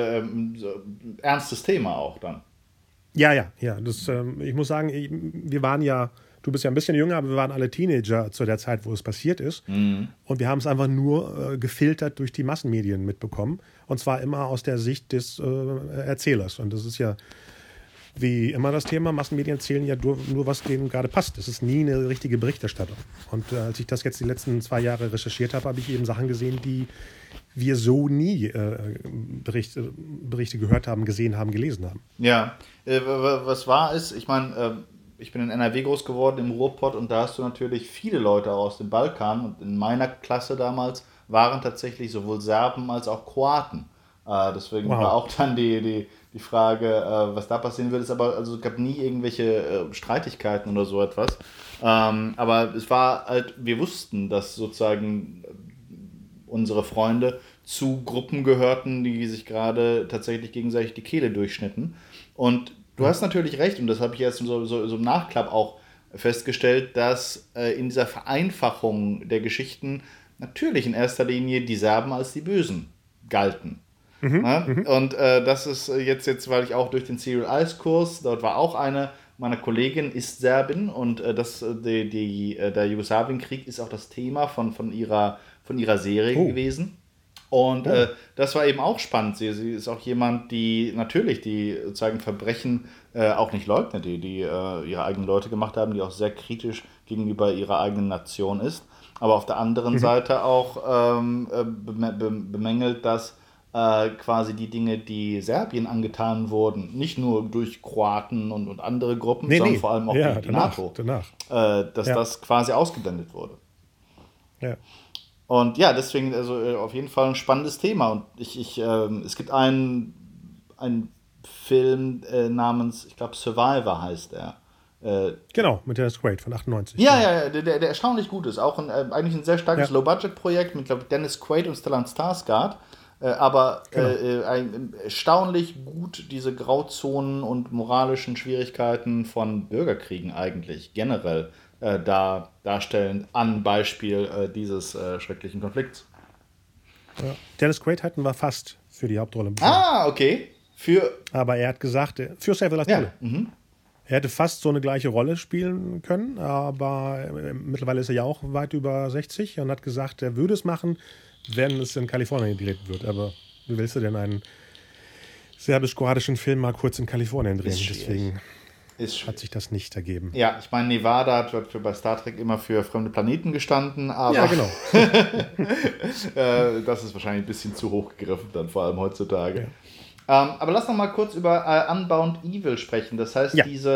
ernstes Thema auch dann. Ja. Ich muss sagen, wir waren ja, du bist ja ein bisschen jünger, aber wir waren alle Teenager zu der Zeit, wo es passiert ist. Und wir haben es einfach nur gefiltert durch die Massenmedien mitbekommen. Und zwar immer aus der Sicht des Erzählers. Und das ist ja wie immer das Thema, Massenmedien erzählen ja nur, was denen gerade passt. Das ist nie eine richtige Berichterstattung. Und als ich das jetzt die letzten 2 Jahre recherchiert habe, habe ich eben Sachen gesehen, die wir so nie Berichte gehört haben, gesehen haben, gelesen haben. Ja, was wahr ist, ich meine, ich bin in NRW groß geworden, im Ruhrpott, und da hast du natürlich viele Leute aus dem Balkan. Und in meiner Klasse damals waren tatsächlich sowohl Serben als auch Kroaten. Deswegen war auch dann die Frage, was da passieren wird. Also es gab nie irgendwelche Streitigkeiten oder so etwas. Aber es war halt, wir wussten, dass sozusagen unsere Freunde zu Gruppen gehörten, die sich gerade tatsächlich gegenseitig die Kehle durchschnitten. Und du hast natürlich recht, und das habe ich jetzt so im Nachklapp auch festgestellt, dass in dieser Vereinfachung der Geschichten natürlich in erster Linie die Serben als die Bösen galten. Ne? Und das ist jetzt, weil ich auch durch den Serial Ice Kurs, dort war auch eine meiner Kollegin, ist Serbin und der Jugoslawienkrieg ist auch das Thema von ihrer Serie gewesen. Und das war eben auch spannend. Sie ist auch jemand, die natürlich die sozusagen Verbrechen auch nicht leugnet, die ihre eigenen Leute gemacht haben, die auch sehr kritisch gegenüber ihrer eigenen Nation ist. Aber auf der anderen Seite auch bemängelt, dass quasi die Dinge, die Serbien angetan wurden, nicht nur durch Kroaten und andere Gruppen, sondern vor allem auch die NATO, dass das quasi ausgeblendet wurde. Ja. Und ja, deswegen also auf jeden Fall ein spannendes Thema. Und es gibt einen Film namens, ich glaube Survivor heißt er. Genau, mit Dennis Quaid von 98. Ja, der erstaunlich gut ist. Auch eigentlich ein sehr starkes Low-Budget-Projekt mit, glaube ich, Dennis Quaid und Stellan Skarsgård. Aber erstaunlich gut diese Grauzonen und moralischen Schwierigkeiten von Bürgerkriegen eigentlich generell darstellen, an Beispiel dieses schrecklichen Konflikts. Ja. Dennis Quaid hatten wir fast für die Hauptrolle. Okay. Aber er hat gesagt, für Save the Last Bullet. Er hätte fast so eine gleiche Rolle spielen können, aber mittlerweile ist er ja auch weit über 60 und hat gesagt, er würde es machen, wenn es in Kalifornien gedreht wird. Aber wie willst du denn einen serbisch-kroatischen Film mal kurz in Kalifornien drehen? Deswegen hat sich das nicht ergeben. Ja, ich meine, Nevada hat bei Star Trek immer für fremde Planeten gestanden, aber ja, genau. Das ist wahrscheinlich ein bisschen zu hoch gegriffen, dann vor allem heutzutage. Ja. Aber lass noch mal kurz über Unbound Evil sprechen. Das heißt,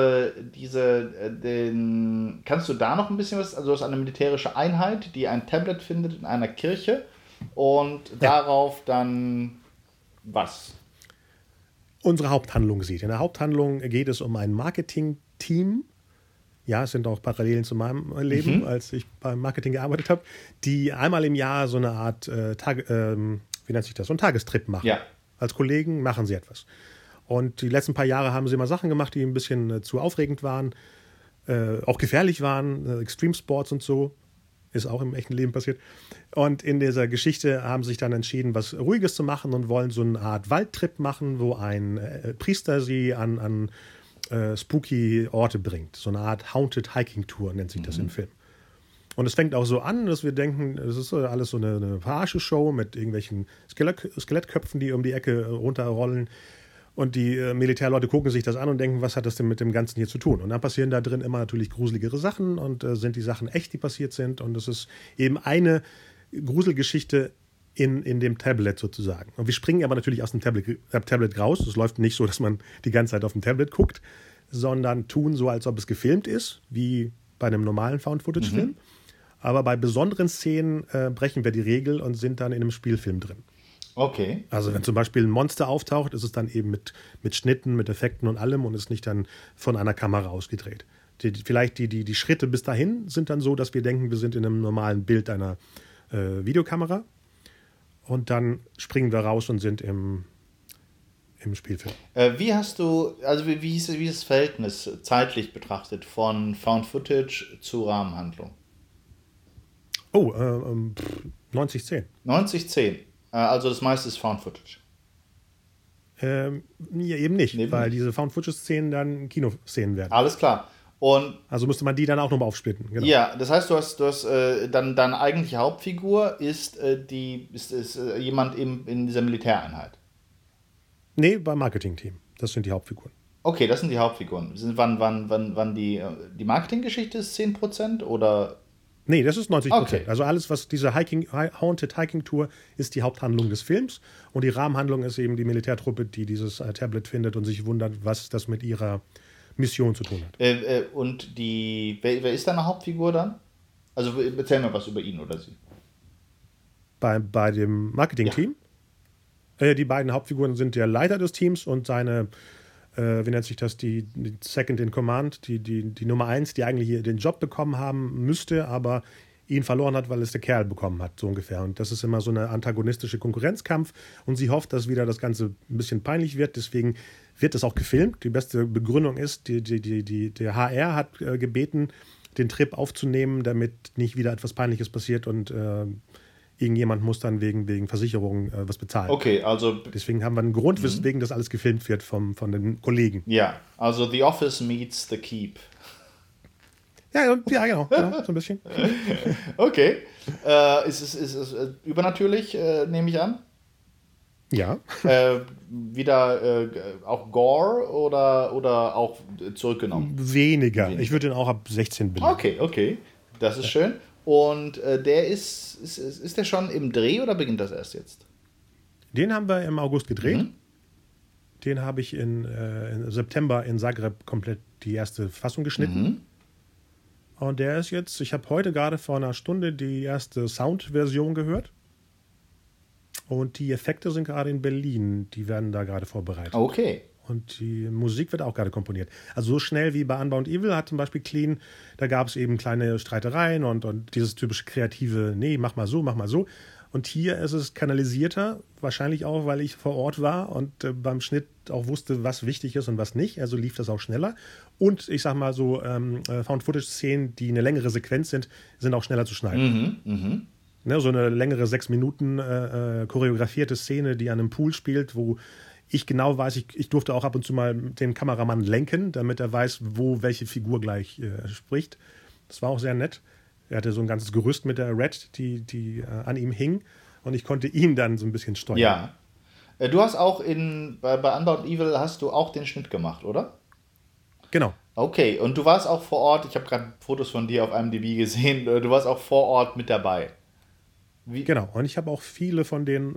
kannst du da noch ein bisschen was, also das ist eine militärische Einheit, die ein Tablet findet in einer Kirche und darauf dann was? Unsere Haupthandlung sieht. In der Haupthandlung geht es um ein Marketing-Team. Ja, es sind auch Parallelen zu meinem Leben, als ich beim Marketing gearbeitet habe, die einmal im Jahr so eine Art, so einen Tagestrip machen. Ja. Als Kollegen machen sie etwas. Und die letzten paar Jahre haben sie immer Sachen gemacht, die ein bisschen zu aufregend waren, auch gefährlich waren, Extreme Sports und so. Ist auch im echten Leben passiert. Und in dieser Geschichte haben sie sich dann entschieden, was Ruhiges zu machen und wollen so eine Art Waldtrip machen, wo ein Priester sie an spooky Orte bringt. So eine Art Haunted Hiking Tour nennt sich das im Film. Und es fängt auch so an, dass wir denken, es ist alles so eine Verarsche-Show mit irgendwelchen Skelettköpfen, die um die Ecke runterrollen. Und die Militärleute gucken sich das an und denken, was hat das denn mit dem Ganzen hier zu tun? Und dann passieren da drin immer natürlich gruseligere Sachen und sind die Sachen echt, die passiert sind. Und es ist eben eine Gruselgeschichte in dem Tablet sozusagen. Und wir springen aber natürlich aus dem Tablet raus. Es läuft nicht so, dass man die ganze Zeit auf dem Tablet guckt, sondern tun so, als ob es gefilmt ist, wie bei einem normalen Found-Footage-Film. Aber bei besonderen Szenen brechen wir die Regel und sind dann in einem Spielfilm drin. Okay. Also wenn zum Beispiel ein Monster auftaucht, ist es dann eben mit Schnitten, mit Effekten und allem und ist nicht dann von einer Kamera ausgedreht. Vielleicht die Schritte bis dahin sind dann so, dass wir denken, wir sind in einem normalen Bild einer Videokamera. Und dann springen wir raus und sind im Spielfilm. Wie ist das Verhältnis zeitlich betrachtet von Found Footage zu Rahmenhandlung? 90-10. 90-10. Also das meiste ist Found Footage. Ja, eben nicht, weil diese Found Footage-Szenen dann Kinoszenen werden. Alles klar. Und also müsste man die dann auch nochmal aufsplitten. Genau. Ja, das heißt, du hast dann deine eigentliche Hauptfigur ist jemand in dieser Militäreinheit. Nee, beim Marketing-Team. Das sind die Hauptfiguren. Okay, das sind die Hauptfiguren. Wann die Marketinggeschichte ist 10% oder? Nee, das ist 90%. Okay. Also alles, was diese Haunted Hiking Tour ist die Haupthandlung des Films. Und die Rahmenhandlung ist eben die Militärtruppe, die dieses Tablet findet und sich wundert, was das mit ihrer Mission zu tun hat. Und wer ist deine Hauptfigur dann? Also erzähl mir was über ihn oder sie. Bei dem Marketing-Team? Ja. Die beiden Hauptfiguren sind der Leiter des Teams und seine, wie nennt sich das, die Second in Command, die Nummer 1, die eigentlich den Job bekommen haben müsste, aber ihn verloren hat, weil es der Kerl bekommen hat, so ungefähr. Und das ist immer so eine antagonistische Konkurrenzkampf und sie hofft, dass wieder das Ganze ein bisschen peinlich wird, deswegen wird es auch gefilmt. Die beste Begründung ist, der HR hat gebeten, den Trip aufzunehmen, damit nicht wieder etwas Peinliches passiert und irgendjemand muss dann wegen Versicherung was bezahlen. Okay, also... Deswegen haben wir einen Grund, weswegen das alles gefilmt wird von den Kollegen. Ja, also The Office meets The Keep. Ja, genau, so ein bisschen. Okay. Ist es übernatürlich, nehme ich an? Ja. Wieder auch Gore oder auch zurückgenommen? Weniger. Ich würde den auch ab 16 benennen. Okay. Das ist schön. Und der ist der schon im Dreh oder beginnt das erst jetzt? Den haben wir im August gedreht. Den habe ich in September in Zagreb komplett die erste Fassung geschnitten. Und der ist jetzt, ich habe heute gerade vor einer Stunde die erste Soundversion gehört. Und die Effekte sind gerade in Berlin, die werden da gerade vorbereitet. Okay. Und die Musik wird auch gerade komponiert. Also so schnell wie bei Unbound Evil hat zum Beispiel Clean, da gab es eben kleine Streitereien und dieses typische kreative, nee, mach mal so. Und hier ist es kanalisierter, wahrscheinlich auch, weil ich vor Ort war und beim Schnitt auch wusste, was wichtig ist und was nicht. Also lief das auch schneller. Und ich sag mal so, Found-Footage-Szenen, die eine längere Sequenz sind auch schneller zu schneiden. Ne, so eine längere 6 Minuten choreografierte Szene, die an einem Pool spielt, wo ich genau weiß, ich durfte auch ab und zu mal den Kameramann lenken, damit er weiß, wo welche Figur gleich spricht. Das war auch sehr nett. Er hatte so ein ganzes Gerüst mit der Red, die an ihm hing. Und ich konnte ihn dann so ein bisschen steuern. Ja. Du hast auch bei Unbound Evil hast du auch den Schnitt gemacht, oder? Genau. Okay, und du warst auch vor Ort, ich habe gerade Fotos von dir auf IMDb gesehen, du warst auch vor Ort mit dabei. Genau, und ich habe auch viele von den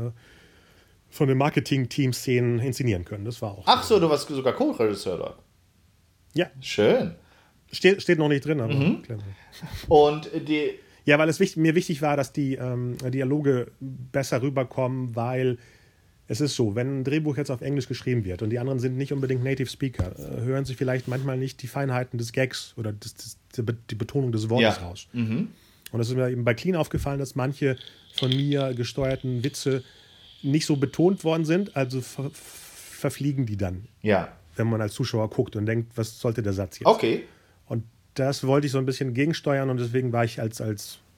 Marketing-Team-Szenen inszenieren können. Das war auch. Ach so, du warst sogar Co-Regisseur dort. Ja. Schön. Steht noch nicht drin, aber clever. Und ja, weil es mir wichtig war, dass die Dialoge besser rüberkommen, weil es ist so, wenn ein Drehbuch jetzt auf Englisch geschrieben wird und die anderen sind nicht unbedingt Native Speaker, hören sie vielleicht manchmal nicht die Feinheiten des Gags oder die Betonung des Wortes raus. Und es ist mir eben bei Clean aufgefallen, dass manche von mir gesteuerten Witze nicht so betont worden sind, also verfliegen die dann. Ja. Wenn man als Zuschauer guckt und denkt, was sollte der Satz jetzt? Okay. Und das wollte ich so ein bisschen gegensteuern und deswegen war ich als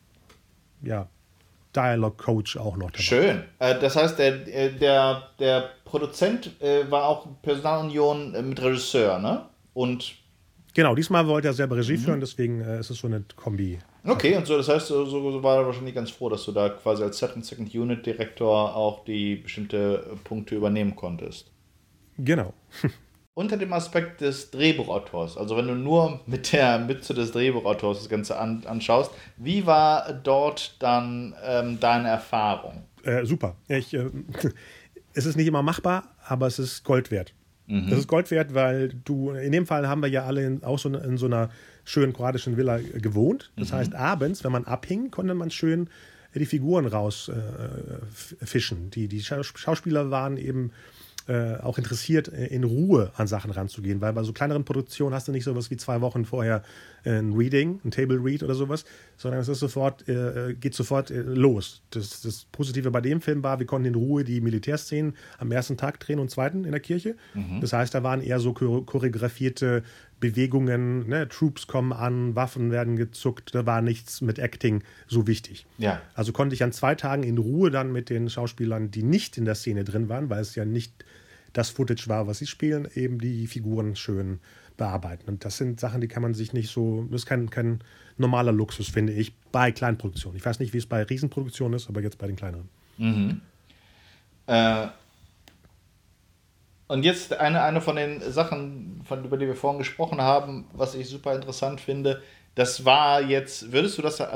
Dialogue-Coach auch noch dabei. Schön. Das heißt, der Produzent war auch Personalunion mit Regisseur, ne? Und genau, diesmal wollte er selber Regie führen, deswegen ist es so eine Kombi. Okay, und so, das heißt, so war er wahrscheinlich ganz froh, dass du da quasi als Second Unit Direktor auch die bestimmte Punkte übernehmen konntest. Genau. Unter dem Aspekt des Drehbuchautors, also wenn du nur mit der Mütze des Drehbuchautors das Ganze anschaust, wie war dort dann deine Erfahrung? Super. Es ist nicht immer machbar, aber es ist Gold wert. Das ist Gold wert, weil in dem Fall haben wir ja alle in so einer schönen kroatischen Villa gewohnt. Das heißt, abends, wenn man abhing, konnte man schön die Figuren rausfischen. Die Schauspieler waren eben auch interessiert, in Ruhe an Sachen ranzugehen, weil bei so kleineren Produktionen hast du nicht sowas wie 2 Wochen vorher ein Reading, ein Table Read oder sowas, sondern es ist geht sofort los. Das Positive bei dem Film war, wir konnten in Ruhe die Militärszenen am ersten Tag drehen und zweiten in der Kirche. Das heißt, da waren eher so choreografierte Bewegungen, ne? Troops kommen an, Waffen werden gezuckt, da war nichts mit Acting so wichtig. Ja. Also konnte ich an 2 Tagen in Ruhe dann mit den Schauspielern, die nicht in der Szene drin waren, weil es ja nicht das Footage war, was sie spielen, eben die Figuren schön bearbeiten. Und das sind Sachen, die kann man sich nicht so, das ist kein normaler Luxus, finde ich, bei Kleinproduktionen. Ich weiß nicht, wie es bei Riesenproduktionen ist, aber jetzt bei den kleineren. Und jetzt eine von den Sachen, über die wir vorhin gesprochen haben, was ich super interessant finde, das war jetzt, würdest du das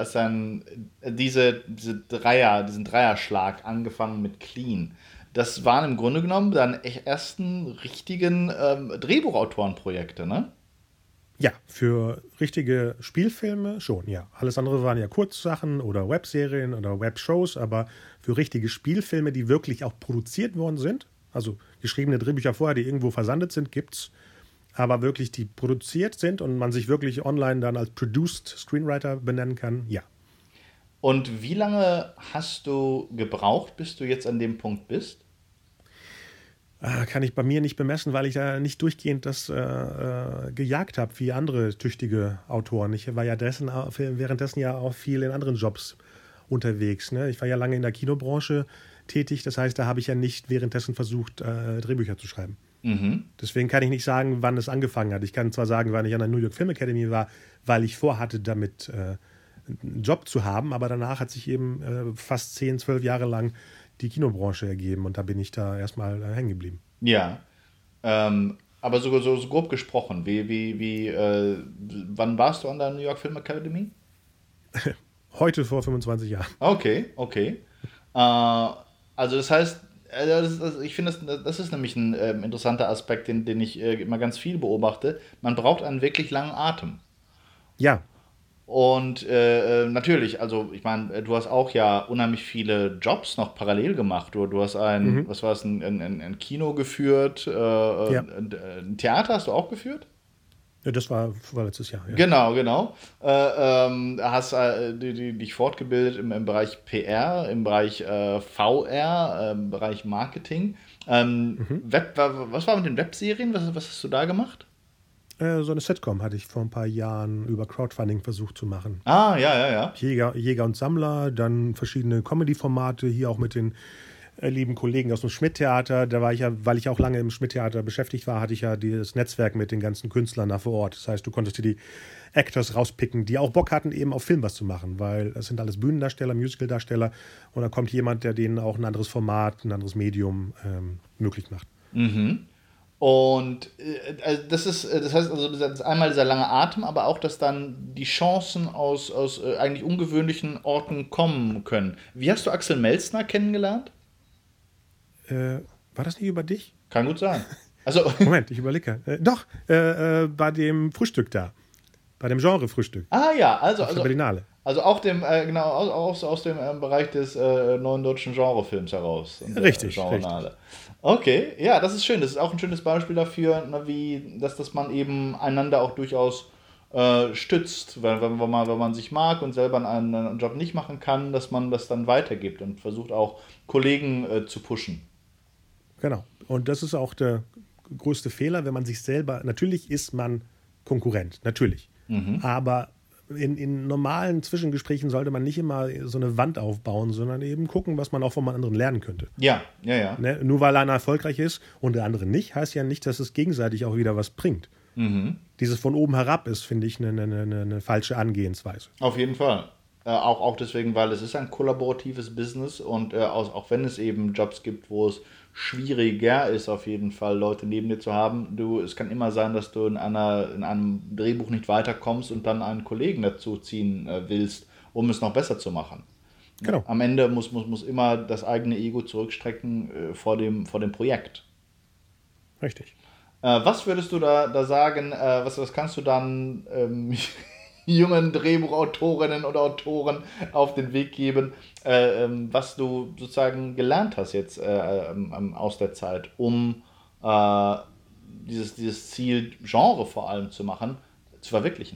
diesen Dreierschlag angefangen mit Clean, das waren im Grunde genommen deine ersten richtigen Drehbuchautorenprojekte, ne? Ja, für richtige Spielfilme schon, ja. Alles andere waren ja Kurzsachen oder Webserien oder Webshows, aber für richtige Spielfilme, die wirklich auch produziert worden sind, also geschriebene Drehbücher vorher, die irgendwo versandet sind, gibt's, aber wirklich die produziert sind und man sich wirklich online dann als Produced Screenwriter benennen kann, ja. Und wie lange hast du gebraucht, bis du jetzt an dem Punkt bist? Kann ich bei mir nicht bemessen, weil ich da nicht durchgehend das gejagt habe wie andere tüchtige Autoren. Ich war ja währenddessen ja auch viel in anderen Jobs unterwegs. Ne? Ich war ja lange in der Kinobranche tätig, das heißt, da habe ich ja nicht währenddessen versucht, Drehbücher zu schreiben. Deswegen kann ich nicht sagen, wann es angefangen hat. Ich kann zwar sagen, wann ich an der New York Film Academy war, weil ich vorhatte, damit einen Job zu haben, aber danach hat sich eben fast 10, 12 Jahre lang die Kinobranche ergeben und da bin ich da erstmal hängen geblieben. Ja. Aber so grob gesprochen, wann warst du an der New York Film Academy? Heute vor 25 Jahren. Okay. Also das heißt, ich finde, das ist nämlich ein interessanter Aspekt, den ich immer ganz viel beobachte. Man braucht einen wirklich langen Atem. Ja. Und natürlich, also ich meine, du hast auch ja unheimlich viele Jobs noch parallel gemacht. Du hast was war es, ein Kino geführt, ein Theater hast du auch geführt? Ja, das war letztes Jahr. Ja. Genau. Hast dich fortgebildet im Bereich PR, im Bereich VR, im Bereich Marketing. Was war mit den Webserien? Was hast du da gemacht? So eine Sitcom hatte ich vor ein paar Jahren über Crowdfunding versucht zu machen. Ah, ja. Jäger und Sammler, dann verschiedene Comedy-Formate, hier auch mit den lieben Kollegen aus dem Schmidt-Theater. Da war ich ja, weil ich auch lange im Schmidt-Theater beschäftigt war, hatte ich ja dieses Netzwerk mit den ganzen Künstlern da vor Ort. Das heißt, du konntest dir die Actors rauspicken, die auch Bock hatten, eben auf Film was zu machen, weil es sind alles Bühnendarsteller, Musicaldarsteller und da kommt jemand, der denen auch ein anderes Format, ein anderes Medium möglich macht. Und das heißt also, das ist einmal dieser lange Atem, aber auch, dass dann die Chancen aus eigentlich ungewöhnlichen Orten kommen können. Wie hast du Axel Melzner kennengelernt? War das nicht über dich? Kann gut sein. Also Moment, ich überlege. Doch, bei dem Frühstück da. Bei dem Genre-Frühstück. Ah ja, also Berlinale. Also auch aus dem Bereich des neuen deutschen Genrefilms heraus. Richtig. Okay, ja, das ist schön. Das ist auch ein schönes Beispiel dafür, dass man eben einander auch durchaus stützt, wenn man sich mag und selber einen Job nicht machen kann, dass man das dann weitergibt und versucht auch Kollegen zu pushen. Genau. Und das ist auch der größte Fehler, wenn man sich selber, natürlich ist man Konkurrent, natürlich. Aber in normalen Zwischengesprächen sollte man nicht immer so eine Wand aufbauen, sondern eben gucken, was man auch von anderen lernen könnte. Ja. Ne? Nur weil einer erfolgreich ist und der andere nicht, heißt ja nicht, dass es gegenseitig auch wieder was bringt. Dieses von oben herab ist, finde ich, eine falsche Angehensweise. Auf jeden Fall. Auch deswegen, weil es ist ein kollaboratives Business und auch wenn es eben Jobs gibt, wo es schwieriger ist, auf jeden Fall Leute neben dir zu haben. Es kann immer sein, dass du in einem Drehbuch nicht weiterkommst und dann einen Kollegen dazu ziehen willst, um es noch besser zu machen. Genau. Am Ende muss immer das eigene Ego zurückstrecken vor dem Projekt. Richtig. Was würdest du da sagen, was kannst du dann jungen Drehbuchautorinnen oder Autoren auf den Weg geben, was du sozusagen gelernt hast jetzt aus der Zeit, um dieses Ziel, Genre vor allem zu machen, zu verwirklichen?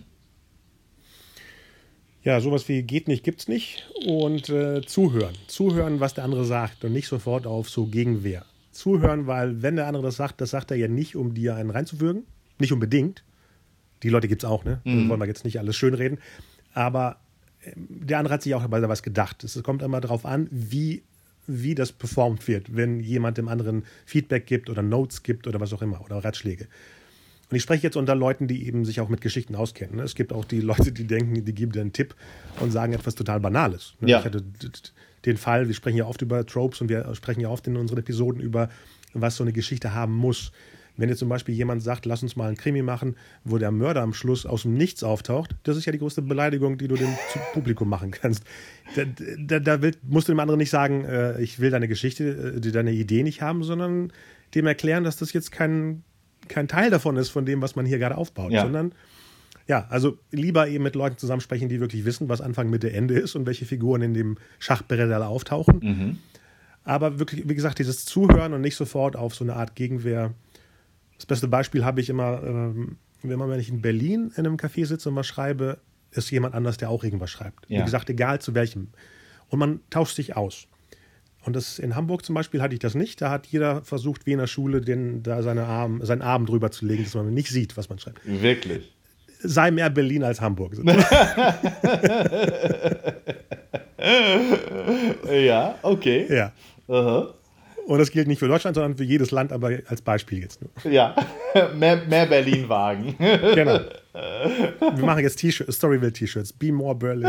Ja, sowas wie geht nicht, gibt's nicht und zuhören. Zuhören, was der andere sagt und nicht sofort auf so Gegenwehr. Zuhören, weil wenn der andere das sagt er ja nicht, um dir einen reinzuwürgen, nicht unbedingt. Die Leute gibt es auch, ne? Das wollen wir jetzt nicht alles schönreden. Aber der andere hat sich auch bei was gedacht. Es kommt immer darauf an, wie das performt wird, wenn jemand dem anderen Feedback gibt oder Notes gibt oder was auch immer oder Ratschläge. Und ich spreche jetzt unter Leuten, die eben sich auch mit Geschichten auskennen. Ne? Es gibt auch die Leute, die denken, die geben dir einen Tipp und sagen etwas total Banales. Ne? Ja. Ich hatte den Fall, wir sprechen ja oft über Tropes und wir sprechen ja oft in unseren Episoden über, was so eine Geschichte haben muss. Wenn jetzt zum Beispiel jemand sagt, lass uns mal einen Krimi machen, wo der Mörder am Schluss aus dem Nichts auftaucht, das ist ja die größte Beleidigung, die du dem Publikum machen kannst. Da musst du dem anderen nicht sagen, ich will deine Geschichte, deine Idee nicht haben, sondern dem erklären, dass das jetzt kein Teil davon ist, von dem, was man hier gerade aufbaut. Ja. Sondern, ja, also lieber eben mit Leuten zusammensprechen, die wirklich wissen, was Anfang, Mitte, Ende ist und welche Figuren in dem Schachbrett da auftauchen. Aber wirklich, wie gesagt, dieses Zuhören und nicht sofort auf so eine Art Gegenwehr. Das beste Beispiel habe ich immer, wenn ich in Berlin in einem Café sitze und was schreibe, ist jemand anders, der auch irgendwas schreibt. Ja. Wie gesagt, egal zu welchem. Und man tauscht sich aus. Und das in Hamburg zum Beispiel hatte ich das nicht. Da hat jeder versucht, wie in der Schule, seinen Arm drüber zu legen, dass man nicht sieht, was man schreibt. Wirklich? Sei mehr Berlin als Hamburg. Ja, okay. Ja. Aha. Und das gilt nicht für Deutschland, sondern für jedes Land, aber als Beispiel jetzt nur. Ja, mehr Berlin-Wagen. Genau. Wir machen jetzt Storyville-T-Shirts. Be more Berlin.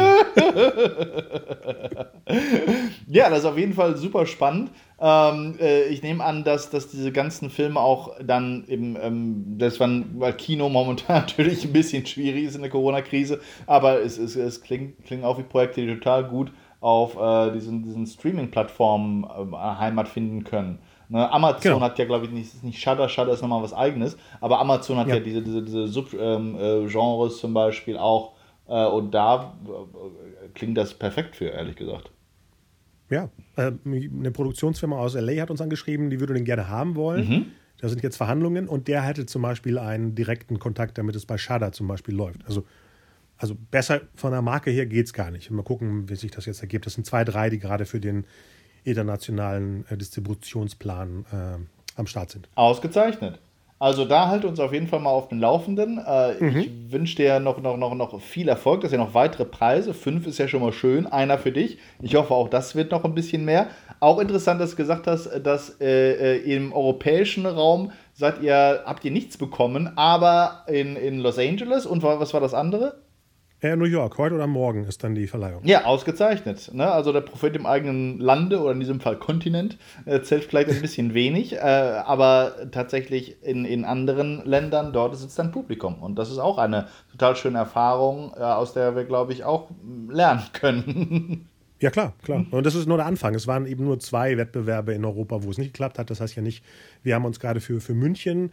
Ja, das ist auf jeden Fall super spannend. Ich nehme an, dass diese ganzen Filme auch dann eben, weil Kino momentan natürlich ein bisschen schwierig ist in der Corona-Krise, aber es klingen auch wie Projekte, die total gut auf diesen Streaming-Plattformen Heimat finden können. Ne, Amazon hat ja, glaube ich, nicht Shudder. Shudder ist nochmal was Eigenes, aber Amazon hat ja diese Sub-Genres zum Beispiel auch, und da klingt das perfekt für, ehrlich gesagt. Ja, eine Produktionsfirma aus LA hat uns angeschrieben, die würde den gerne haben wollen. Da sind jetzt Verhandlungen und der hätte zum Beispiel einen direkten Kontakt, damit es bei Shudder zum Beispiel läuft. Also besser von der Marke her geht es gar nicht. Mal gucken, wie sich das jetzt ergibt. Das sind 2, 3, die gerade für den internationalen Distributionsplan am Start sind. Ausgezeichnet. Also da halt uns auf jeden Fall mal auf den Laufenden. Ich wünsche dir noch viel Erfolg, dass ja noch weitere Preise. 5 ist ja schon mal schön, einer für dich. Ich hoffe, auch das wird noch ein bisschen mehr. Auch interessant, dass du gesagt hast, dass im europäischen Raum habt ihr nichts bekommen, aber in Los Angeles und was war das andere? New York, heute oder morgen ist dann die Verleihung. Ja, ausgezeichnet. Ne? Also der Prophet im eigenen Lande oder in diesem Fall Kontinent zählt vielleicht ein bisschen wenig, aber tatsächlich in anderen Ländern, dort ist es dann Publikum. Und das ist auch eine total schöne Erfahrung, aus der wir, glaube ich, auch lernen können. Ja, klar. Und das ist nur der Anfang. Es waren eben nur 2 Wettbewerbe in Europa, wo es nicht geklappt hat. Das heißt ja nicht, wir haben uns gerade für München,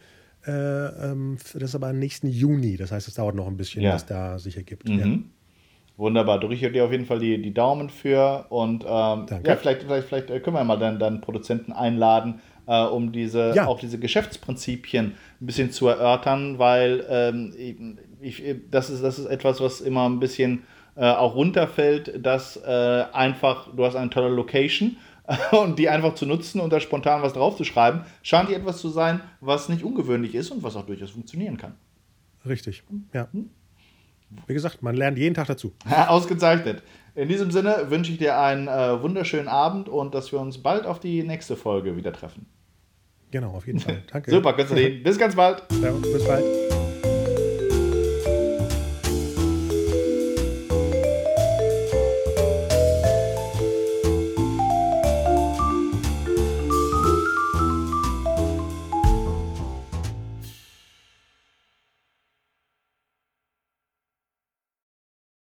das ist aber nächsten Juni. Das heißt, es dauert noch ein bisschen, was da sich ergibt. Ja. Wunderbar. Drücke dir auf jeden Fall die Daumen für. Und vielleicht können wir mal dann Produzenten einladen, um auch diese Geschäftsprinzipien ein bisschen zu erörtern, weil das ist etwas, was immer ein bisschen auch runterfällt, dass einfach, du hast eine tolle Location und die einfach zu nutzen und da spontan was draufzuschreiben, scheint dir etwas zu sein, was nicht ungewöhnlich ist und was auch durchaus funktionieren kann. Richtig, ja. Wie gesagt, man lernt jeden Tag dazu. Ausgezeichnet. In diesem Sinne wünsche ich dir einen wunderschönen Abend und dass wir uns bald auf die nächste Folge wieder treffen. Genau, auf jeden Fall. Danke. Super, Konstantin. Bis ganz bald. Ja, bis bald.